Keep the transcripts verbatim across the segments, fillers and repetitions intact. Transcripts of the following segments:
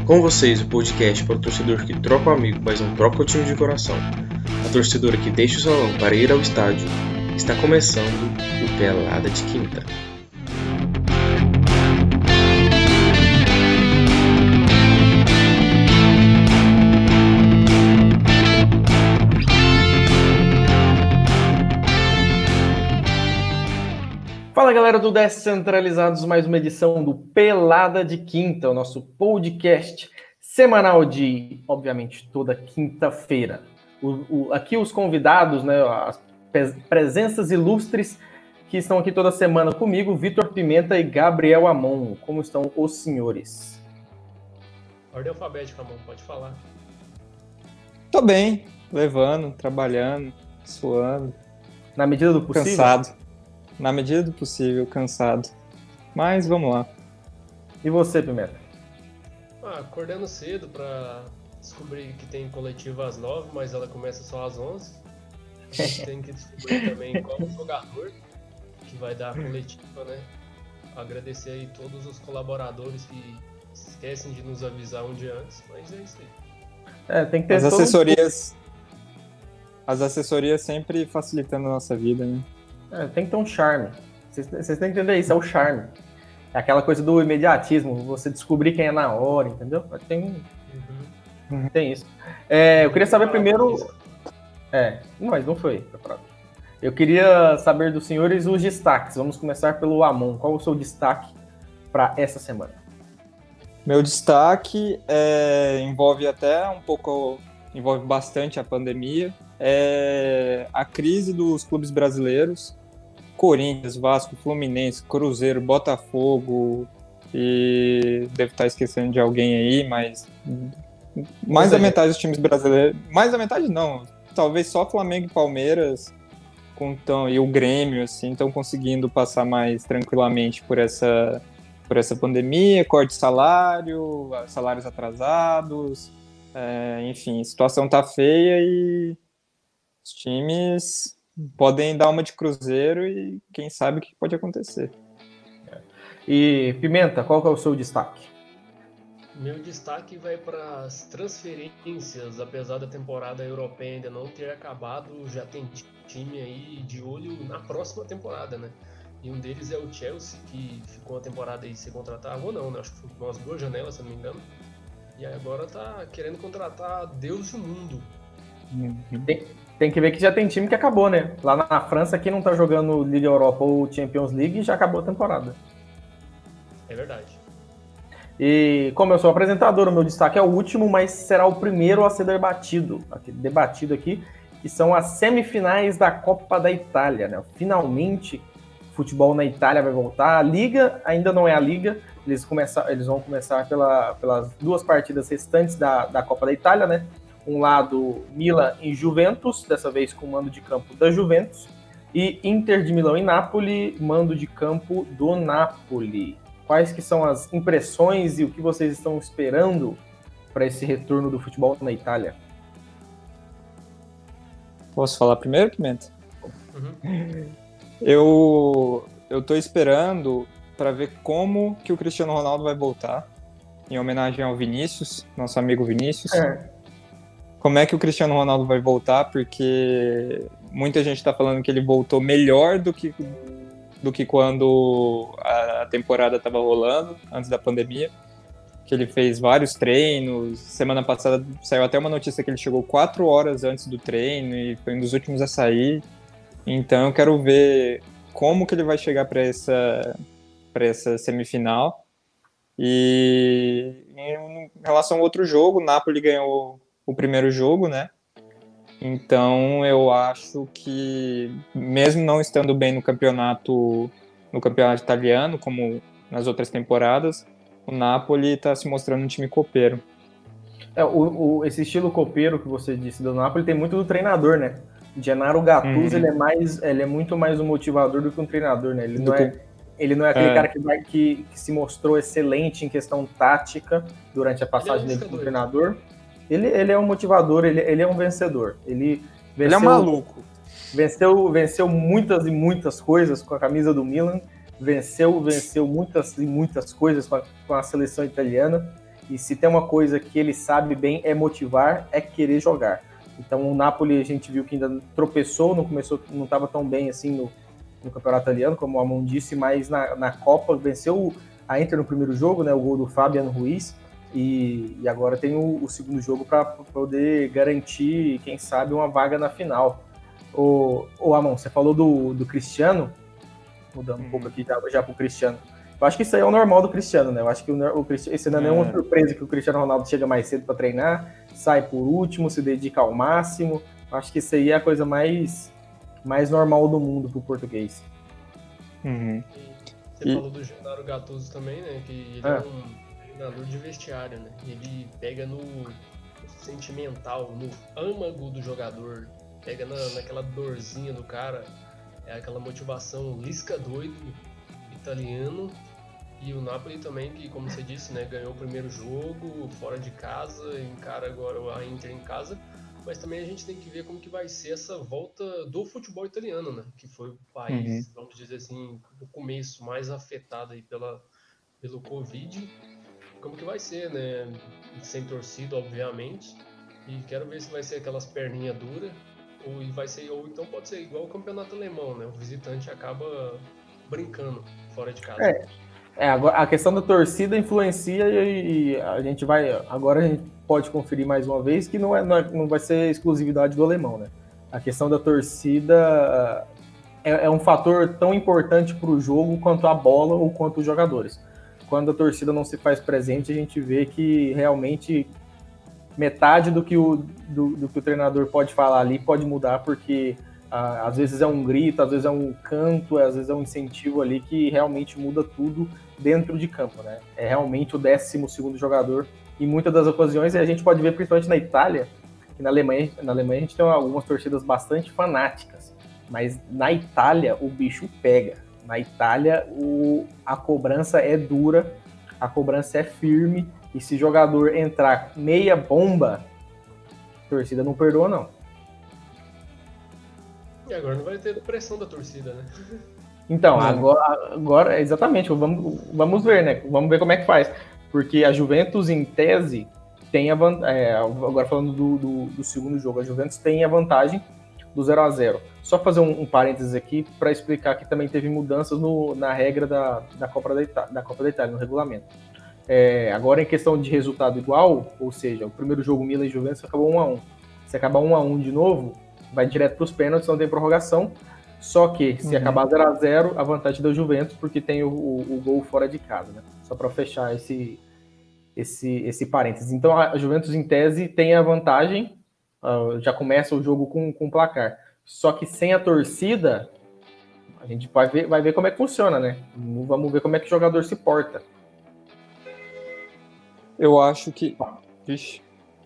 Com vocês, o podcast para o torcedor que troca o amigo, mas não troca o time de coração. A torcedora que deixa o salão para ir ao estádio. Está começando o Pelada de Quinta. Fala galera do Descentralizados, mais uma edição do Pelada de Quinta, o nosso podcast semanal de, obviamente, toda quinta-feira. O, o, aqui os convidados, né, as presenças ilustres que estão aqui toda semana comigo, Vitor Pimenta e Gabriel Amon. Como estão os senhores? Ordem alfabética, Amon, pode falar. Tô bem, levando, trabalhando, suando. Na medida do possível? Cansado. Na medida do possível, cansado. Mas vamos lá. E você, Pimenta? Ah, acordando cedo pra descobrir que tem coletiva às nove, mas ela começa só às onze. A gente tem que descobrir também qual o jogador que vai dar a coletiva, né? Agradecer aí todos os colaboradores que esquecem de nos avisar um dia antes, mas é isso aí. É, tem que ter As assessorias... As assessorias sempre facilitando a nossa vida, né? É, tem que ter um charme. Vocês, vocês têm que entender isso, é o charme. É aquela coisa do imediatismo, você descobrir quem é na hora, entendeu? Tem, uhum. tem isso. É, eu queria saber primeiro... É, mas não foi. Eu queria saber dos senhores os destaques. Vamos começar pelo Amon. Qual o seu destaque para essa semana? Meu destaque é, envolve até um pouco... Envolve bastante a pandemia. É a crise dos clubes brasileiros. Corinthians, Vasco, Fluminense, Cruzeiro, Botafogo e devo estar esquecendo de alguém aí, mas mais da metade dos times brasileiros, mais da metade não, talvez só Flamengo e Palmeiras com, tão, e o Grêmio assim estão conseguindo passar mais tranquilamente por essa, por essa pandemia, corte de salário, salários atrasados, é, enfim, a situação tá feia e os times podem dar uma de Cruzeiro e quem sabe o que pode acontecer. E Pimenta, qual que é o seu destaque? Meu destaque vai para as transferências, apesar da temporada europeia ainda não ter acabado, já tem time aí de olho na próxima temporada, né? E um deles é o Chelsea, que ficou uma temporada aí sem contratar, ou não, né? Acho que foi umas duas janelas, se não me engano. E agora tá querendo contratar Deus do mundo. Uhum. Tem, tem que ver que já tem time que acabou, né? Lá na França, quem não tá jogando Liga Europa ou Champions League, já acabou a temporada. É verdade. E como eu sou apresentador, o meu destaque é o último, mas será o primeiro a ser debatido, aqui, debatido aqui, que são as semifinais da Copa da Itália, né? Finalmente, o futebol na Itália vai voltar. A Liga ainda não é a Liga, eles, começam, eles vão começar pela, pelas duas partidas restantes da, da Copa da Itália, né? Um lado, Milan e Juventus, dessa vez com mando de campo da Juventus, e Inter de Milão e Napoli, mando de campo do Napoli. Quais que são as impressões e o que vocês estão esperando para esse retorno do futebol na Itália? Posso falar primeiro, Pimenta? Uhum. Eu eu tô esperando para ver como que o Cristiano Ronaldo vai voltar, em homenagem ao Vinícius, nosso amigo Vinícius. É. Como é que o Cristiano Ronaldo vai voltar, porque muita gente está falando que ele voltou melhor do que, do que quando a temporada estava rolando, antes da pandemia, que ele fez vários treinos. Semana passada saiu até uma notícia que ele chegou quatro horas antes do treino e foi um dos últimos a sair. Então eu quero ver como que ele vai chegar para essa, para essa semifinal. E em relação ao outro jogo, o Napoli ganhou o primeiro jogo, né? Então eu acho que, mesmo não estando bem no campeonato, no campeonato italiano, como nas outras temporadas, o Napoli está se mostrando um time copeiro. É, o, o, esse estilo copeiro que você disse do Napoli tem muito do treinador, né? Gennaro Gattuso, hum. ele, é mais, ele é muito mais um motivador do que um treinador, né? Ele, não é, ele não é aquele é. cara que, vai, que, que se mostrou excelente em questão tática durante a passagem dele como treinador. Ele, ele é um motivador, ele, ele é um vencedor. Ele, venceu, ele é um maluco. Venceu, venceu muitas e muitas coisas com a camisa do Milan, venceu, venceu muitas e muitas coisas com a, com a seleção italiana. E se tem uma coisa que ele sabe bem é motivar, é querer jogar. Então o Napoli a gente viu que ainda tropeçou, não começou, não estava tão bem assim no, no campeonato italiano, como o Amon disse, mas na, na Copa venceu a Inter no primeiro jogo, né, o gol do Fabian Ruiz, e, e agora tem o, o segundo jogo para poder garantir, quem sabe, uma vaga na final. O, o Amon, você falou do, do Cristiano, mudando um pouco aqui já, já para o Cristiano. Eu acho que isso aí é o normal do Cristiano, né? Eu acho que o, o Cristiano, isso não é nenhuma surpresa que o Cristiano Ronaldo chega mais cedo para treinar, sai por último, se dedica ao máximo. Eu acho que isso aí é a coisa mais, mais normal do mundo pro português. Uhum. Você E... falou do Gennaro Gattuso também, né? Que ele é, é um treinador de vestiário, né? Ele pega no sentimental, no âmago do jogador, pega na, naquela dorzinha do cara, é aquela motivação lisca doido italiano. E o Napoli também, que como você disse, né, ganhou o primeiro jogo fora de casa, encara agora a Inter em casa, mas também a gente tem que ver como que vai ser essa volta do futebol italiano, né, que foi o país, uhum. vamos dizer assim, no começo mais afetado aí pela, pelo Covid, como que vai ser, né, sem torcida, obviamente, e quero ver se vai ser aquelas perninhas duras, ou, vai ser, ou então pode ser igual o campeonato alemão, né, o visitante acaba brincando fora de casa. É. É, agora, a questão da torcida influencia e, e a gente vai... Agora a gente pode conferir mais uma vez que não, é, não, é, não vai ser exclusividade do alemão, né? A questão da torcida é, é um fator tão importante para o jogo quanto a bola ou quanto os jogadores. Quando a torcida não se faz presente, a gente vê que realmente metade do que o, do, do que o treinador pode falar ali pode mudar, porque ah, às vezes é um grito, às vezes é um canto, às vezes é um incentivo ali que realmente muda tudo dentro de campo, né? É realmente o décimo segundo jogador em muitas das ocasiões, e a gente pode ver principalmente na Itália, que na Alemanha, na Alemanha a gente tem algumas torcidas bastante fanáticas, mas na Itália o bicho pega. Na Itália o, a cobrança é dura, a cobrança é firme, e se jogador entrar meia bomba, a torcida não perdoa, não. E agora não vai ter pressão da torcida, né? Então, agora, agora, exatamente, vamos, vamos ver, né? Vamos ver como é que faz. Porque a Juventus, em tese, tem a vantagem. É, agora falando do, do, do segundo jogo, a Juventus tem a vantagem do zero a zero. Só fazer um, um parênteses aqui para explicar que também teve mudanças no, na regra da, da, Copa da, Itália, da Copa da Itália, no regulamento. É, agora, em questão de resultado igual, ou seja, o primeiro jogo Milan e Juventus acabou um a um. Se acabar um a um de novo, vai direto para os pênaltis, não tem prorrogação. Só que, se uhum. acabar zero a zero, a vantagem da Juventus, porque tem o, o, o gol fora de casa, né? Só para fechar esse, esse, esse parênteses. Então, a Juventus, em tese, tem a vantagem, uh, já começa o jogo com, com placar. Só que sem a torcida, a gente vai ver, vai ver como é que funciona, né? Vamos ver como é que o jogador se porta. Eu acho que... Vixe.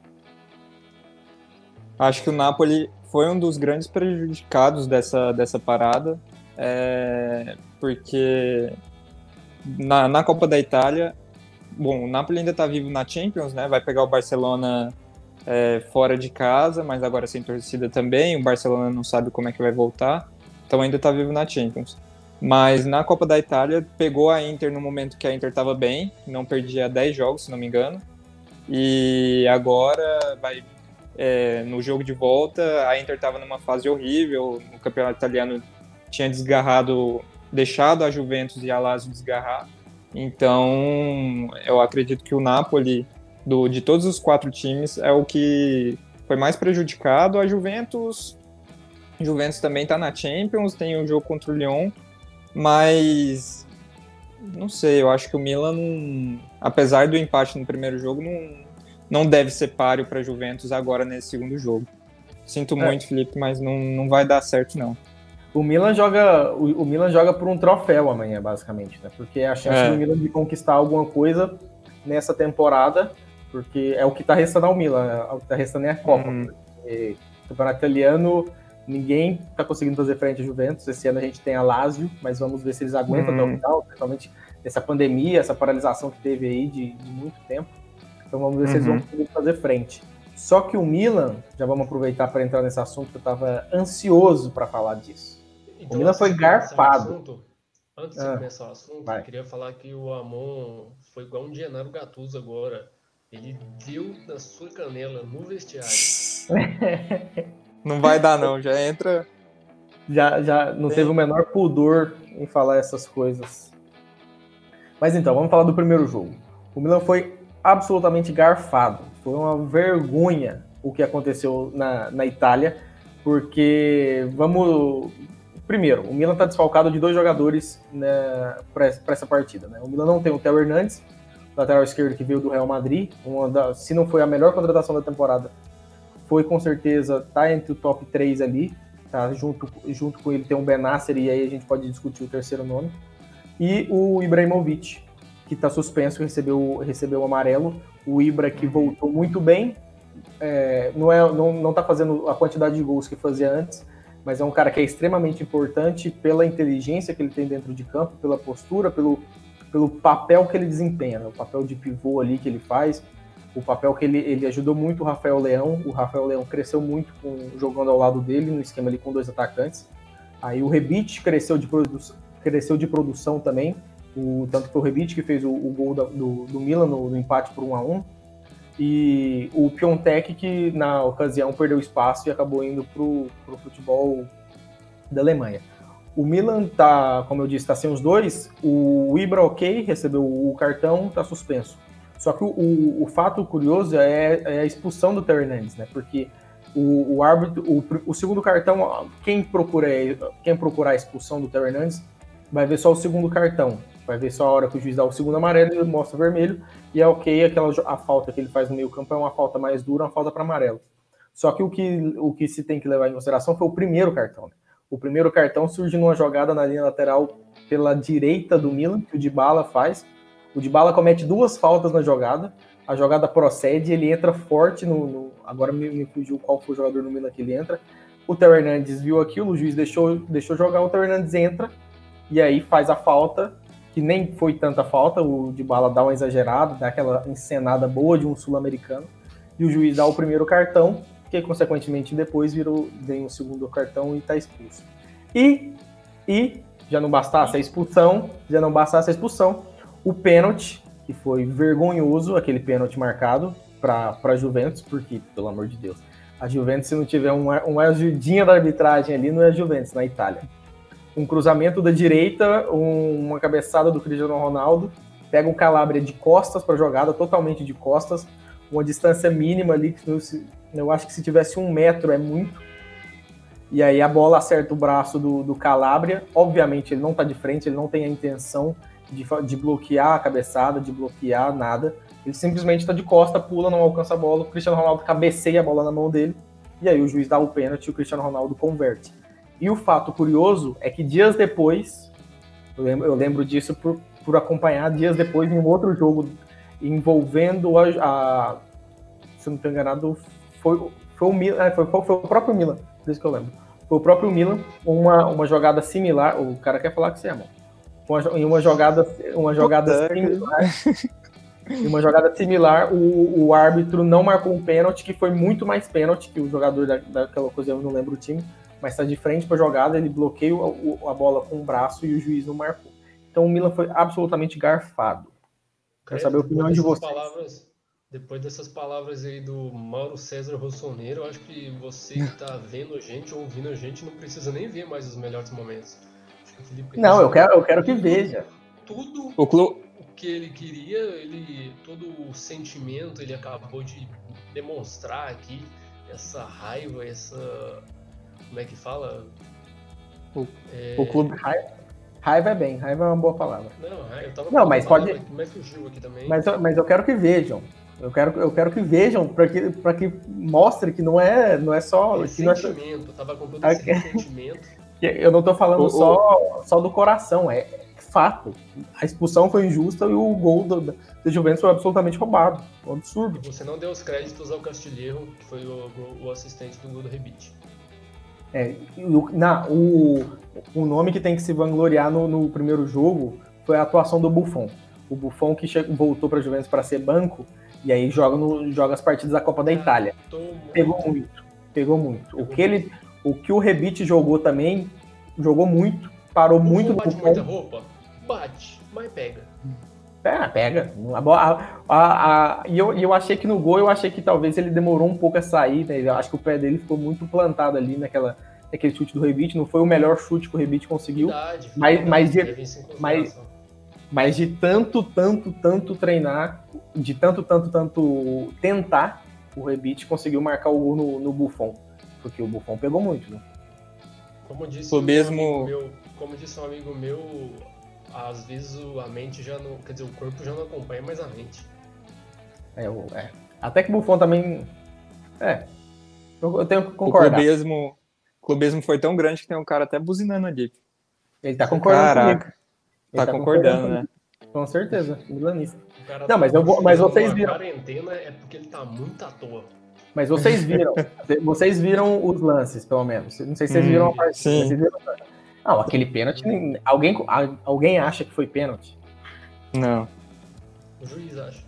Acho que o Napoli foi um dos grandes prejudicados dessa, dessa parada, é, porque na, na Copa da Itália, bom, o Napoli ainda está vivo na Champions, né? Vai pegar o Barcelona é, fora de casa, mas agora sem torcida também, o Barcelona não sabe como é que vai voltar, então ainda está vivo na Champions. Mas na Copa da Itália, pegou a Inter no momento que a Inter estava bem, não perdia dez jogos, se não me engano, e agora vai... É, no jogo de volta, a Inter estava numa fase horrível, o campeonato italiano tinha desgarrado, deixado a Juventus e a Lazio desgarrar, então eu acredito que o Napoli, do, de todos os quatro times, é o que foi mais prejudicado. A Juventus, a Juventus também está na Champions, tem o jogo contra o Lyon, mas não sei, eu acho que o Milan, apesar do empate no primeiro jogo, não não deve ser páreo para a Juventus agora nesse segundo jogo. Sinto é. muito, Felipe, mas não, não vai dar certo, não. O Milan joga o, o Milan joga por um troféu amanhã, basicamente, né? Porque é a chance é. do Milan de conquistar alguma coisa nessa temporada, porque é o que está restando ao Milan, é o que está restando é a Copa. Hum. Porque o campeonato italiano, ninguém está conseguindo fazer frente à Juventus. Esse ano a gente tem a Lazio, mas vamos ver se eles aguentam hum. até o final, principalmente essa pandemia, essa paralisação que teve aí de, de muito tempo. Então vamos ver uhum. se eles vão conseguir fazer frente. Só que o Milan, já vamos aproveitar para entrar nesse assunto, que eu estava ansioso para falar disso. Então, o Milan foi garfado. Assunto, antes de ah, começar o assunto, vai. Eu queria falar que o Amon foi igual um Gennaro Gattuso agora. Ele deu na sua canela no vestiário. Não vai dar não, já entra... Já, já não Sim. teve o menor pudor em falar essas coisas. Mas então, vamos falar do primeiro jogo. O Milan foi absolutamente garfado. Foi uma vergonha o que aconteceu na, na Itália, porque vamos... Primeiro, o Milan está desfalcado de dois jogadores, né, para essa partida. Né? O Milan não tem o Theo Hernandes, lateral esquerdo que veio do Real Madrid, uma da, se não foi a melhor contratação da temporada, foi com certeza, tá entre o top três ali, tá? junto, junto com ele tem o Benasser, e aí a gente pode discutir o terceiro nome, e o Ibrahimovic, que está suspenso, recebeu, recebeu o amarelo, o Ibra que voltou muito bem, é, não, é, não, não tá fazendo a quantidade de gols que fazia antes, mas é um cara que é extremamente importante pela inteligência que ele tem dentro de campo, pela postura, pelo, pelo papel que ele desempenha, né? O papel de pivô ali que ele faz, o papel que ele, ele ajudou muito o Rafael Leão, o Rafael Leão cresceu muito com, jogando ao lado dele, no esquema ali com dois atacantes. Aí o Rebic cresceu de, produ cresceu de produção também, o, tanto que foi o Rebic que fez o, o gol da, do, do Milan no, no empate por um a um, e o Piontek que na ocasião perdeu espaço e acabou indo para o futebol da Alemanha. O Milan tá, como eu disse, está sem os dois. O Ibra, ok, recebeu o cartão, está suspenso. Só que o, o, o fato curioso é, é a expulsão do Theo Hernandes, né? Porque o, o árbitro, o, o segundo cartão, quem procura, quem procurar a expulsão do Theo Hernandes vai ver só o segundo cartão. Vai ver só a hora que o juiz dá o segundo amarelo, ele mostra vermelho, e é ok, aquela, a falta que ele faz no meio campo é uma falta mais dura, uma falta para amarelo. Só que o, que o que se tem que levar em consideração foi o primeiro cartão. Né? O primeiro cartão surge numa jogada na linha lateral pela direita do Milan, que o Dybala faz. O Dybala comete duas faltas na jogada, a jogada procede, ele entra forte, no, no agora me, me fugiu qual foi o jogador no Milan que ele entra. O Theo Hernandes viu aquilo, o juiz deixou, deixou jogar, o Theo Hernandes entra, e aí faz a falta, que nem foi tanta falta, o Dybala dá uma exagerada, dá aquela encenada boa de um sul-americano, e o juiz dá o primeiro cartão, que consequentemente depois virou, vem o segundo cartão e está expulso. E, e, já não bastasse a expulsão, já não bastasse a expulsão, o pênalti, que foi vergonhoso, aquele pênalti marcado para a Juventus, porque, pelo amor de Deus, a Juventus, se não tiver uma, uma ajudinha da arbitragem ali, não é a Juventus, na Itália. Um cruzamento da direita, um, uma cabeçada do Cristiano Ronaldo, pega o Calabria de costas para a jogada, totalmente de costas, uma distância mínima ali, que eu acho que se tivesse um metro é muito, e aí a bola acerta o braço do, do Calabria, obviamente ele não está de frente, ele não tem a intenção de, de bloquear a cabeçada, de bloquear nada, ele simplesmente está de costa, pula, não alcança a bola, o Cristiano Ronaldo cabeceia a bola na mão dele, e aí o juiz dá o pênalti e o Cristiano Ronaldo converte. E o fato curioso é que dias depois, eu lembro, eu lembro disso por, por acompanhar dias depois em um outro jogo envolvendo a, a se eu não estou enganado, foi, foi, o Milan, foi, foi o próprio Milan, desde que eu lembro. Foi o próprio Milan, uma, uma jogada similar, o cara quer falar que você é, mano. Uma, em uma jogada, uma jogada similar, em uma jogada similar, o, o árbitro não marcou um pênalti, que foi muito mais pênalti que o jogador da, daquela ocasião, eu não lembro o time, mas está de frente para a jogada, ele bloqueia a, a bola com o braço e o juiz não marcou. Então o Milan foi absolutamente garfado. Quero saber a opinião de vocês. Palavras, depois dessas palavras aí do Mauro César Rossoneiro, eu acho que você que está vendo a gente, ouvindo a gente, não precisa nem ver mais os melhores momentos. Acho que o Felipe não, eu quero, eu quero que veja. Tudo o, clu... o que ele queria, ele, todo o sentimento, ele acabou de demonstrar aqui, essa raiva, essa... Como é que fala? O, é... o clube raiva, raiva é bem, raiva é uma boa palavra. Não, eu tava não, mas pode. Mas fugiu aqui também. Mas, mas eu quero que vejam. Eu quero, eu quero que vejam para que, para que mostre que não é, não é só. É que não é... sentimento, eu tava com todo esse sentimento. Eu não tô falando o, só, o... só do coração, é fato. A expulsão foi injusta e o gol do, do Juventus foi absolutamente roubado. Um absurdo. Você não deu os créditos ao Castilheiro, que foi o, o assistente do gol do Rebic. É, o, na, o, o nome que tem que se vangloriar no, no primeiro jogo foi a atuação do Buffon. O Buffon que chegou, voltou para a Juventus para ser banco e aí joga, no, joga as partidas da Copa da Itália. Pegou muito, pegou muito. O que, ele, o que o Rebic jogou também, jogou muito, parou muito. Bate muita roupa? Bate, mas pega. Pega, pega. A, a, a, a, e eu, eu achei que no gol, eu achei que talvez ele demorou um pouco a sair, né? Eu acho que o pé dele ficou muito plantado ali naquela, naquele chute do Rebic. Não foi o melhor chute que o Rebic conseguiu. Verdade, mas, verdade, mas, de, mas, mas de tanto, tanto, tanto treinar, de tanto, tanto, tanto tentar, o Rebic conseguiu marcar o gol no, no Buffon. Porque o Buffon pegou muito, né? Como disse, um mesmo... meu, como disse um amigo meu, às vezes a mente já não... Quer dizer, o corpo já não acompanha mais a mente. É, é. Até que o Buffon também... É, eu tenho que concordar. O clubismo, o clubismo foi tão grande que tem um cara até buzinando ali. Ele tá concordando Caraca, comigo. Tá, tá concordando, concordando, né? Com certeza, milanista. Não, tá mas, eu vou, mas vocês viram... A quarentena é porque ele tá muito à toa. Mas vocês viram, vocês viram os lances, pelo menos. Não sei se vocês viram a partida. Sim. Vocês viram... Não, aquele pênalti, alguém, alguém acha que foi pênalti? Não. O juiz acha.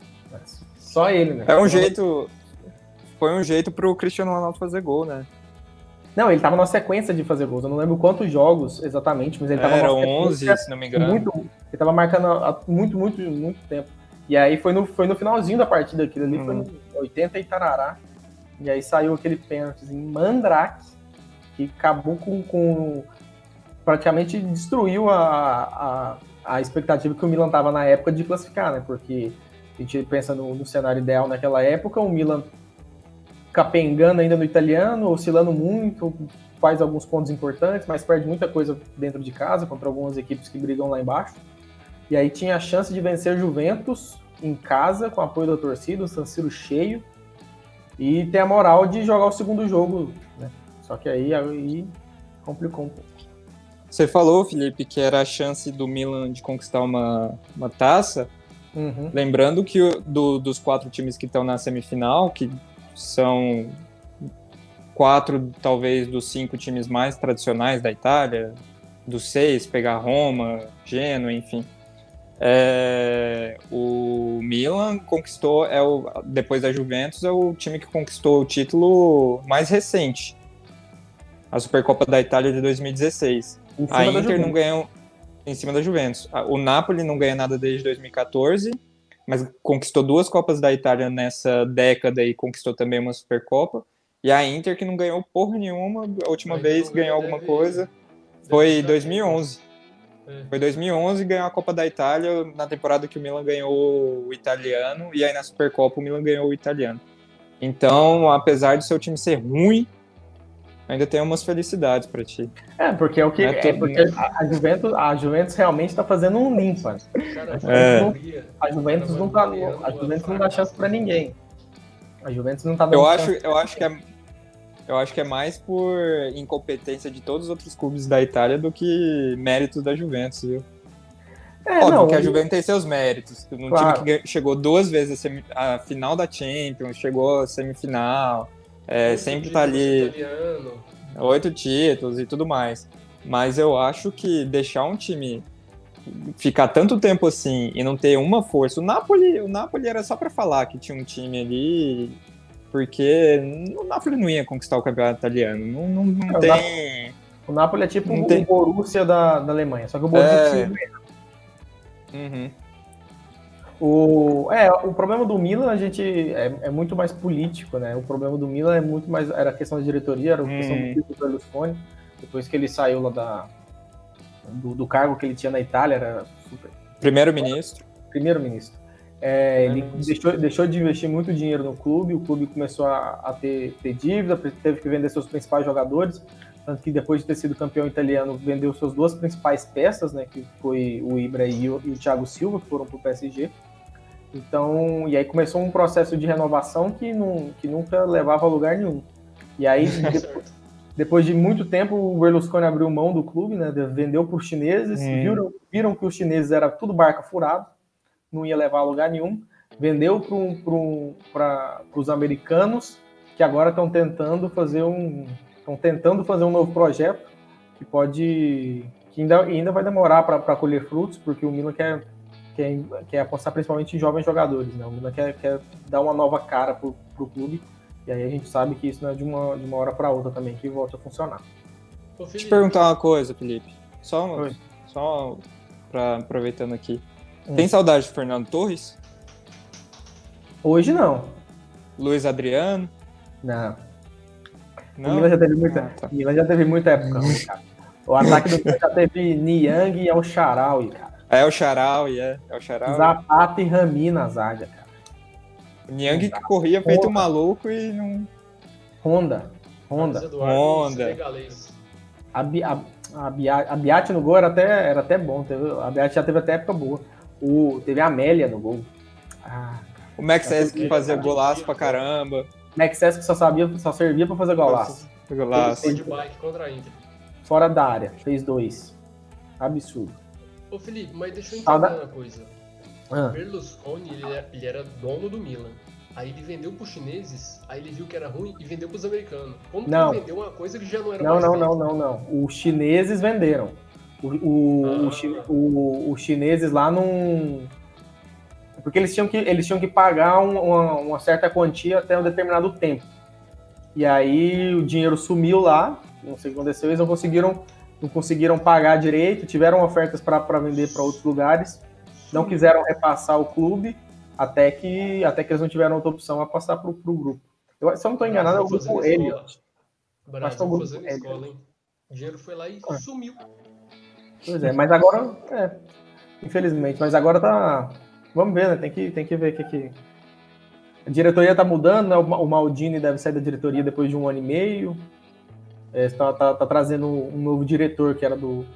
Só ele, né? É um jeito... Foi um jeito pro Cristiano Ronaldo fazer gol, né? Não, ele tava numa sequência de fazer gols. Eu não lembro quantos jogos exatamente, mas ele tava Era onze, se não me engano. Muito, ele tava marcando há muito, muito, muito tempo. E aí foi no, foi no finalzinho da partida, aquilo ali hum. foi no oitenta e tarará. E aí saiu aquele pênaltizinho mandrake, que acabou com... com praticamente destruiu a, a, a expectativa que o Milan tava na época de classificar, né? Porque a gente pensa no, no cenário ideal naquela época, o Milan capengando ainda no italiano, oscilando muito, faz alguns pontos importantes, mas perde muita coisa dentro de casa contra algumas equipes que brigam lá embaixo. E aí tinha a chance de vencer Juventus em casa, com apoio da torcida, o San Siro cheio, e ter a moral de jogar o segundo jogo, né? Só que aí, aí complicou um pouco. Você falou, Felipe, que era a chance do Milan de conquistar uma, uma taça. Uhum. Lembrando que o, do, dos quatro times que estão na semifinal, que são quatro, talvez, dos cinco times mais tradicionais da Itália, dos seis, pegar Roma, Genoa, enfim. É, o Milan conquistou, é o, depois da Juventus, é o time que conquistou o título mais recente, a Supercopa da Itália de dois mil e dezesseis. A Inter não ganhou em cima da Juventus. O Napoli não ganha nada desde dois mil e catorze, mas conquistou duas Copas da Itália nessa década e conquistou também uma Supercopa. E a Inter, que não ganhou porra nenhuma, a última a vez que ganhou alguma deve, coisa foi dois mil e onze. É. Foi dois mil e onze e ganhou a Copa da Itália na temporada que o Milan ganhou o italiano, e aí na Supercopa o Milan ganhou o italiano. Então, apesar de seu time ser ruim, ainda tem umas felicidades pra ti. É, porque é o que é, é porque a, a Juventus, a Juventus realmente tá fazendo um limpa. É. Não, a Juventus não tá, a Juventus não dá chance pra ninguém. A Juventus não tá dando eu acho, chance. Eu acho que é eu acho que é mais por incompetência de todos os outros clubes da Itália do que méritos da Juventus, viu? É, Óbvio não, que a Juventus tem seus méritos. Um claro. time que chegou duas vezes a, semi, a final da Champions, chegou à semifinal, é, sempre tá ali... Italiano. Oito títulos e tudo mais. Mas eu acho que deixar um time ficar tanto tempo assim e não ter uma força... O Napoli, o Napoli era só pra falar que tinha um time ali, porque o Napoli não ia conquistar o campeonato italiano. Não, não, não é, tem... O Napoli é tipo o tem... Borussia da, da Alemanha, só que o Borussia é... ganha. Uhum. O, é, o problema do Milan, a gente é, é muito mais político, né? O problema do Milan é muito mais, era a questão da diretoria, era a hum. questão do Berlusconi. Depois que ele saiu lá da, do, do cargo que ele tinha na Itália, era super... Primeiro-ministro. Primeiro-ministro. É, ele deixou, deixou de investir muito dinheiro no clube, o clube começou a, a ter, ter dívida, teve que vender seus principais jogadores, tanto que depois de ter sido campeão italiano, vendeu suas duas principais peças, né, que foi o Ibra e o, e o Thiago Silva, que foram para o P S G. Então, e aí começou um processo de renovação que, não, que nunca levava a lugar nenhum. E aí, depois, depois de muito tempo, o Berlusconi abriu mão do clube, né, vendeu para os chineses, hum. viram, viram que os chineses era tudo barca furada, não ia levar a lugar nenhum, vendeu para os americanos, que agora estão tentando fazer um estão tentando fazer um novo projeto que pode que ainda, ainda vai demorar para colher frutos, porque o Milan quer, quer, quer apostar principalmente em jovens jogadores, né? O Milan quer, quer dar uma nova cara para o clube, e aí a gente sabe que isso não é de uma, de uma hora para outra também que volta a funcionar. Deixa eu te perguntar uma coisa, Felipe, só, só pra, aproveitando aqui. Tem saudade de Fernando Torres? Hoje não. Luiz Adriano? Não. Não? O Milan já teve muita, Ah, tá. Milan já teve muita época, cara. O ataque do Milan já teve Niang e El Shaarawy, cara. É o Shaarawy, é. É o Shaarawy. Zapata e Rami na zaga, cara. O Niang que corria feito um maluco e não... Honda. Honda. Carlos Eduardo, Honda. senegalês. A, Bi- a, a, Bia- a Biati no gol era até, era até bom. Teve, a Biati já teve até época boa. O, teve a Amélia no gol. Ah, O Max S que fazia golaço pra caramba. Max S que só, sabia, só servia pra fazer golaço. Golaço. Foi de bike contra a Inter. Fora da área. Fez dois. Absurdo. Ô Felipe, mas deixa eu entender Sauda- uma coisa. Ah, Berlusconi, ele era, ele era dono do Milan. Aí ele vendeu pros chineses, aí ele viu que era ruim e vendeu pros americanos. Como Não. que ele vendeu uma coisa que já não era não, mais não, feita? não, não, não. Os chineses venderam. O, o, Ah. o chi- o- os chineses lá não. Porque eles tinham que, eles tinham que pagar um- uma, uma certa quantia até um determinado tempo. E aí o dinheiro sumiu lá, não sei o que aconteceu, eles não conseguiram, não conseguiram pagar direito, tiveram ofertas para vender para outros lugares, não quiseram repassar o clube, até que, até que eles não tiveram outra opção a passar para o grupo. Eu, se eu não estou enganado, é o Brasil grupo fazendo Elliot. escola. Acho que é o Brasil grupo fazendo Elliot. escola, hein? O dinheiro foi lá e Ah. sumiu. Pois é, mas agora, é, infelizmente, mas agora tá, vamos ver, né, tem que, tem que ver o que que... A diretoria tá mudando, né, o Ma- o Maldini deve sair da diretoria depois de um ano e meio, é, tá, tá, tá trazendo um novo diretor que era do,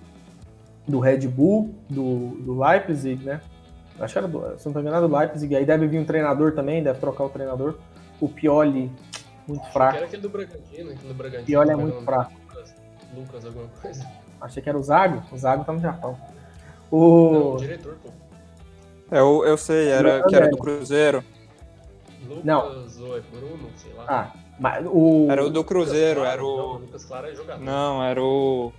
do Red Bull, do, do Leipzig, né, acho que era, do, se não tô enganado, do Leipzig, aí deve vir um treinador também, deve trocar o treinador, o Pioli, muito Que fraco, era aquele do Bragantino, aquele do Bragantino. Pioli é como muito o nome? fraco. Lucas, Lucas, alguma coisa. Achei que era o Zago, o Zago tá no Japão. Não, O... o diretor, pô. Eu, eu sei, era, que era do Cruzeiro. Lucas Não. ou é Bruno, sei lá. Ah, mas o... Era o do Cruzeiro, Lucas era Claro, Não, o... Lucas Claro é jogador. Não, era o...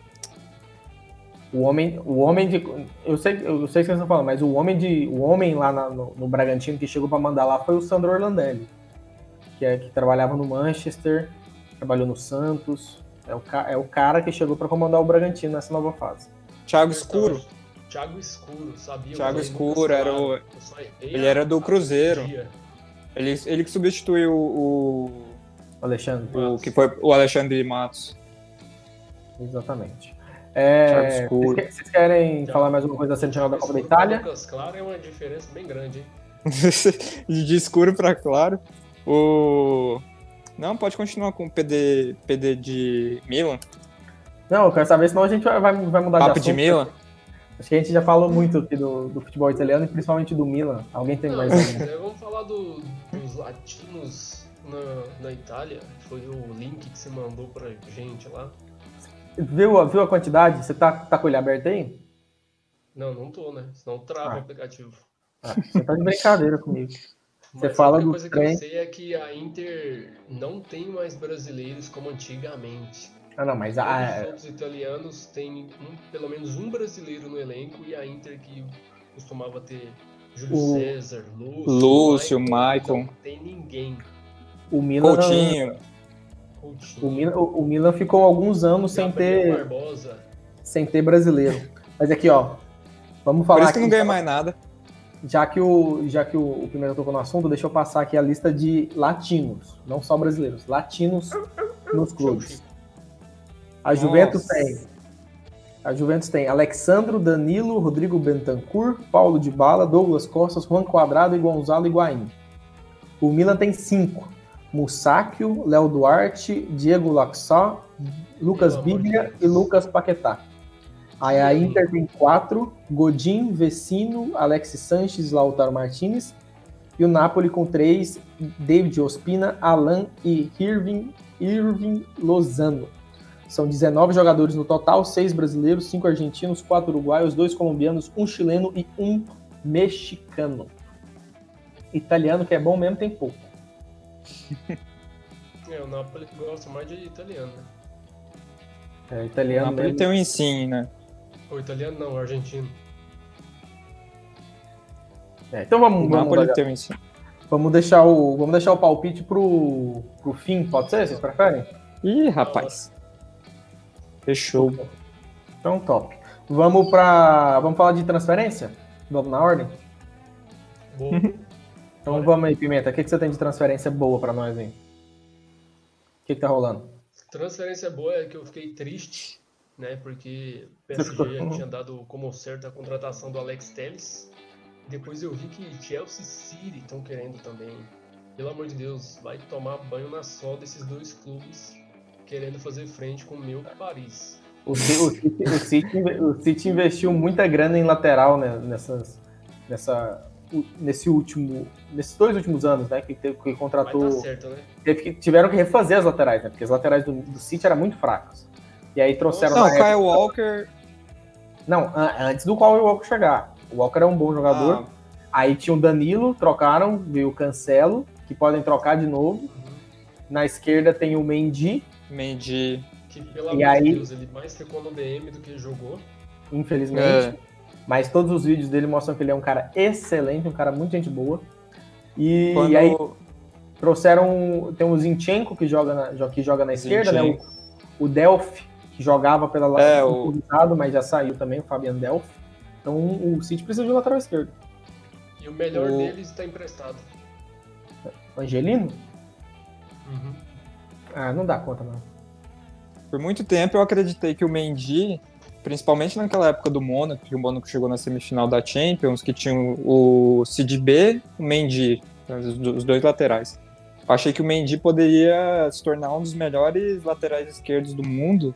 O homem, o homem de. Eu sei, eu sei o que vocês estão falando, mas o homem de. O homem lá na- no, no Bragantino que chegou para mandar lá foi o Sandro Orlandelli, que, é, que trabalhava no Manchester, trabalhou no Santos. É o, ca- é o cara que chegou para comandar o Bragantino nessa nova fase. Thiago Escuro. Thiago Escuro, sabia? Thiago Eu falei Escuro, Lucas era o- Claro. Eu só errei Ele a- era do a Cruzeiro. dia. Ele, ele que substituiu o, Alexandre. o, o que foi o Alexandre Matos. Exatamente. Thiago É, Escuro. vocês, vocês querem Thiago- falar mais alguma coisa da semifinal da Copa da Escuro pra Itália? Lucas Claro é uma diferença bem grande, hein? De escuro pra claro. O... Não, pode continuar com o P D, P D de Milan. Não, eu quero saber, senão a gente vai, vai, vai mudar Papo de de assunto. Milan. Acho que a gente já falou muito aqui do, do futebol italiano e principalmente do Milan. Alguém tem Não, mais mas, alguma? é, vamos falar do- dos latinos na, na Itália. Foi o link que você mandou pra gente lá. Viu, viu a quantidade? Você tá, tá com ele aberto aí? Não, não tô, né? Senão trava Ah. o aplicativo. Ah, você tá de brincadeira comigo. Você Mas fala a única do coisa que trem. eu sei é que a Inter não tem mais brasileiros como antigamente. Ah, não, mas Todos a, os outros italianos têm um- pelo menos um brasileiro no elenco e a Inter que costumava ter Júlio O- César, Lúcio, Lúcio, Maicon, Maicon. não tem ninguém. o Milan. Coutinho. Coutinho, O Milan, o, o Milan ficou alguns anos sem Gabriel ter, Barbosa. sem ter brasileiro. Mas aqui, ó. Vamos Por falar isso que não aqui, ganha mais nada. já que, o, já que o, o primeiro tocou no assunto, deixa eu passar aqui a lista de latinos, não só brasileiros, latinos nos clubes. A Juventus Nossa. tem. A Juventus tem Alexandro, Danilo, Rodrigo Bentancur, Paulo Dybala, Douglas Costa, Juan Cuadrado e Gonzalo Higuaín. O Milan tem cinco. Mussáquio, Léo Duarte, Diego Laxá, Lucas Pelo amor de Biglia Deus. e Lucas Paquetá. Aí a Inter tem quatro, Godin, Vecino, Alexis Sanches, Lautaro Martinez. E o Napoli com três, David Ospina, Alan e Irving, Irving Lozano. São dezenove jogadores no total, seis brasileiros, cinco argentinos, quatro uruguaios, dois colombianos, um chileno e um mexicano. Italiano, que é bom mesmo, tem pouco. É, o Napoli gosta mais de italiano, né? É, O italiano Napoli mesmo. tem um Insigne, né? Ou italiano não, argentino. É, então vamos, O vamos, Napoli dar- tem um Insigne. vamos deixar o, vamos deixar o palpite pro, pro fim, pode ser? Vocês preferem? Ih, rapaz. Fechou. Então, top. Vamos para, vamos falar de transferência? Vamos na ordem? Boa. Então Bora. vamos aí, Pimenta. O que, que você tem de transferência boa pra nós aí? O que, que tá rolando? Transferência boa é que eu fiquei triste, né? Porque o P S G tinha dado como certo a contratação do Alex Telles. Depois eu vi que Chelsea e City estão querendo também. Pelo amor de Deus, vai tomar banho na sol desses dois clubes querendo fazer frente com o meu Paris. O, C- o, City, o, City, o City investiu muita grana em lateral, né, nessas, nessa, u- nesse último, nesses dois últimos anos, né, que, teve, que Vai contratou. dar certo, né? Teve que- tiveram que refazer as laterais, né, porque as laterais do, do City eram muito fracas. E aí trouxeram. Não, na o Kyle época- Walker. Não, an- antes do qual o Walker chegar. O Walker é um bom jogador. Ah, Aí tinha o Danilo, trocaram, veio o Cancelo, que podem trocar de novo. Uhum. Na esquerda tem o Mendy, Mendy. Que, pelo E amor aí- de Deus, ele mais ficou no B M do que jogou. infelizmente. É. Mas todos os vídeos dele mostram que ele é um cara excelente, um cara muito gente boa. E, Quando... e aí trouxeram. Tem o Zinchenko que joga na, que joga na esquerda, né? Zinchenko. O, o Delphi, que jogava pela É, lateral, o- improvisado, mas já saiu também, o Fabian Delphi. Então o City precisa de um lateral esquerdo. E o melhor O- deles está emprestado. Angelino? Uhum. Ah, não dá conta, não. Por muito tempo eu acreditei que o Mendy, principalmente naquela época do Mônaco, que o Mônaco chegou na semifinal da Champions, que tinha o Sidibé e o Mendy, os os dois laterais. Eu achei que o Mendy poderia se tornar um dos melhores laterais esquerdos do mundo,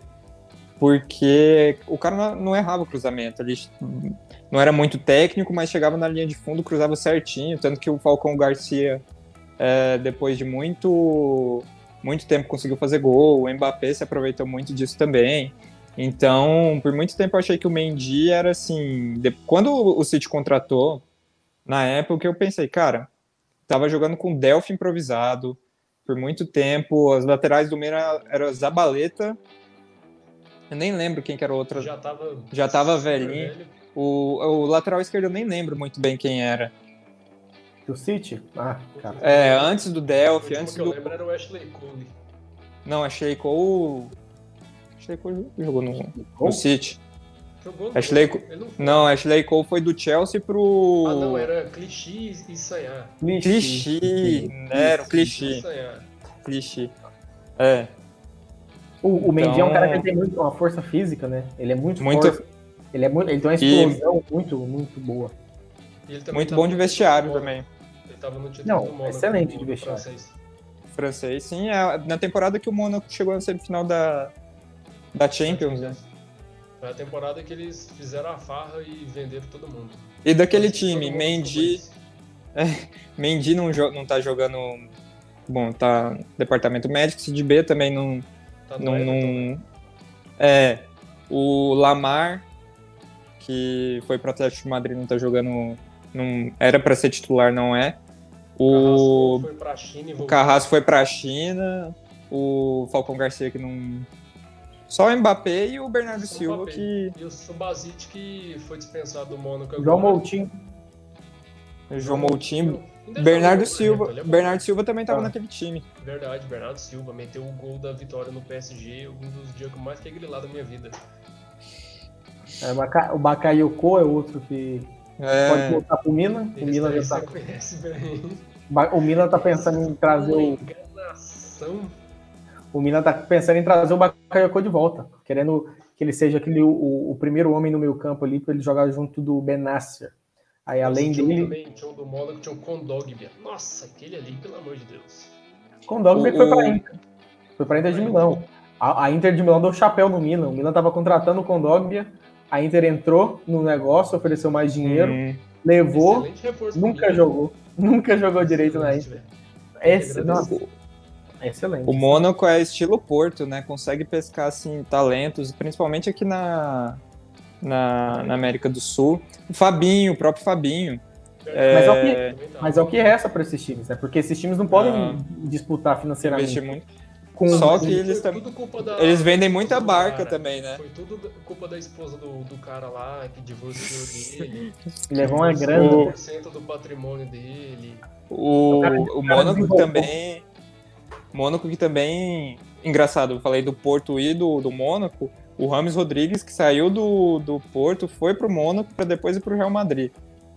porque o cara não- não errava o cruzamento. Ele não era muito técnico, mas chegava na linha de fundo, cruzava certinho, tanto que o Falcão Garcia, é, depois de muito... muito tempo conseguiu fazer gol, o Mbappé se aproveitou muito disso também. Então, por muito tempo eu achei que o Mendy era assim... de- Quando o City contratou, na época eu pensei, cara, tava jogando com o Delphi improvisado por muito tempo, as laterais do meio era, era Zabaleta, eu nem lembro quem que era o outro, Já tava, Já tava super velhinho. velho. o, o lateral esquerdo eu nem lembro muito bem quem era. Do City? Ah, cara. É, antes do O Delphi, último antes que eu do... lembro era o Ashley Cole. Não, achei que o... Ashley Cole jogou no, Cole? no City. Jogou no Ashley Cole. Ele não foi. Não, Ashley Cole foi do Chelsea pro... Ah, não, era Clichy e Sanhar. Clichê, era o clichê, Sanhar. clichê. É, O, o Mendy é um Então- cara que tem muito, uma força física, né? Ele é muito, Muito- forte. Ele, é muito, ele tem uma E- explosão muito, muito boa. E ele também muito tava bom de no vestiário título do também. Mônaco. Ele tava no título Não, do Mônaco, excelente do- de do vestiário. francês. Francês, sim. É, na temporada que o Mônaco chegou na semifinal da, da Champions, né? Foi a temporada que eles fizeram a farra e venderam todo mundo. E daquele Todo time, mundo Mendy... ficou feliz. Mendy não, jo- não tá jogando... Bom, tá no departamento médico, Sidibé também não... Tá no não, Everton, não- né? É, o Lamar, que foi pro Atlético de Madrid, não tá jogando... Não, era pra ser titular, não é. O, Carrasco foi pra China e o voltou. Carrasco foi pra China, o Falcão Garcia que não... Só o Mbappé e o Bernardo Só o Silva Mbappé. que... E o Subasic que foi dispensado do Mônaco agora. João Moutinho. O João Moutinho... Ainda Bernardo jogou, Silva, ele é bom. Bernardo Silva também tava Ah. naquele time. Verdade, Bernardo Silva meteu o gol da vitória no P S G, um dos dias que eu mais fiquei grilado da minha vida. É, o Baka- o Bakayoko é outro que pode É, voltar pro Milan. O Ele Milan, daí já você tá, conhece bem. Ba- o Milan tá pensando em trazer o, Enganação. o Milan tá pensando em trazer o Bakayoko de volta, querendo que ele seja aquele, o, o primeiro homem no meio campo ali para ele jogar junto do Benasser. Aí além tinha um dele, também, tinha um do Mônaco, tinha um Kondogbia. Nossa, aquele ali, pelo amor de Deus. Kondogbia O- foi pra o- Inter. Foi pra Inter de Milão. A, a Inter de Milão deu chapéu no Milan. O Milan tava contratando o Kondogbia. A Inter entrou no negócio, ofereceu mais dinheiro, hum, levou, Excelente reforço nunca pro Milan. jogou. Nunca jogou direito na Excelente, Inter. velho. Esse, nossa, excelente. o Mônaco é estilo Porto, né? Consegue pescar assim talentos, principalmente aqui na, na, na América do Sul. O Fabinho, o próprio Fabinho. Mas é o que- Também tá. Mas é o que resta para esses times, né? Porque esses times não podem Ah. disputar financeiramente. Investir muito. Com Só com- que eles Foi tam- tudo culpa da- Eles vendem muita do barca cara. também, né? Foi tudo da- culpa da esposa do, do cara lá, que divorciou dele. levou uma Divorciou grana. cem por cento do patrimônio dele. O, O cara- o o cara Mônaco desenvolveu. também. Mônaco que também. Engraçado, eu falei do Porto e do, do Mônaco. O Rames Rodrigues, que saiu do, do Porto, foi pro Mônaco para depois ir pro Real Madrid.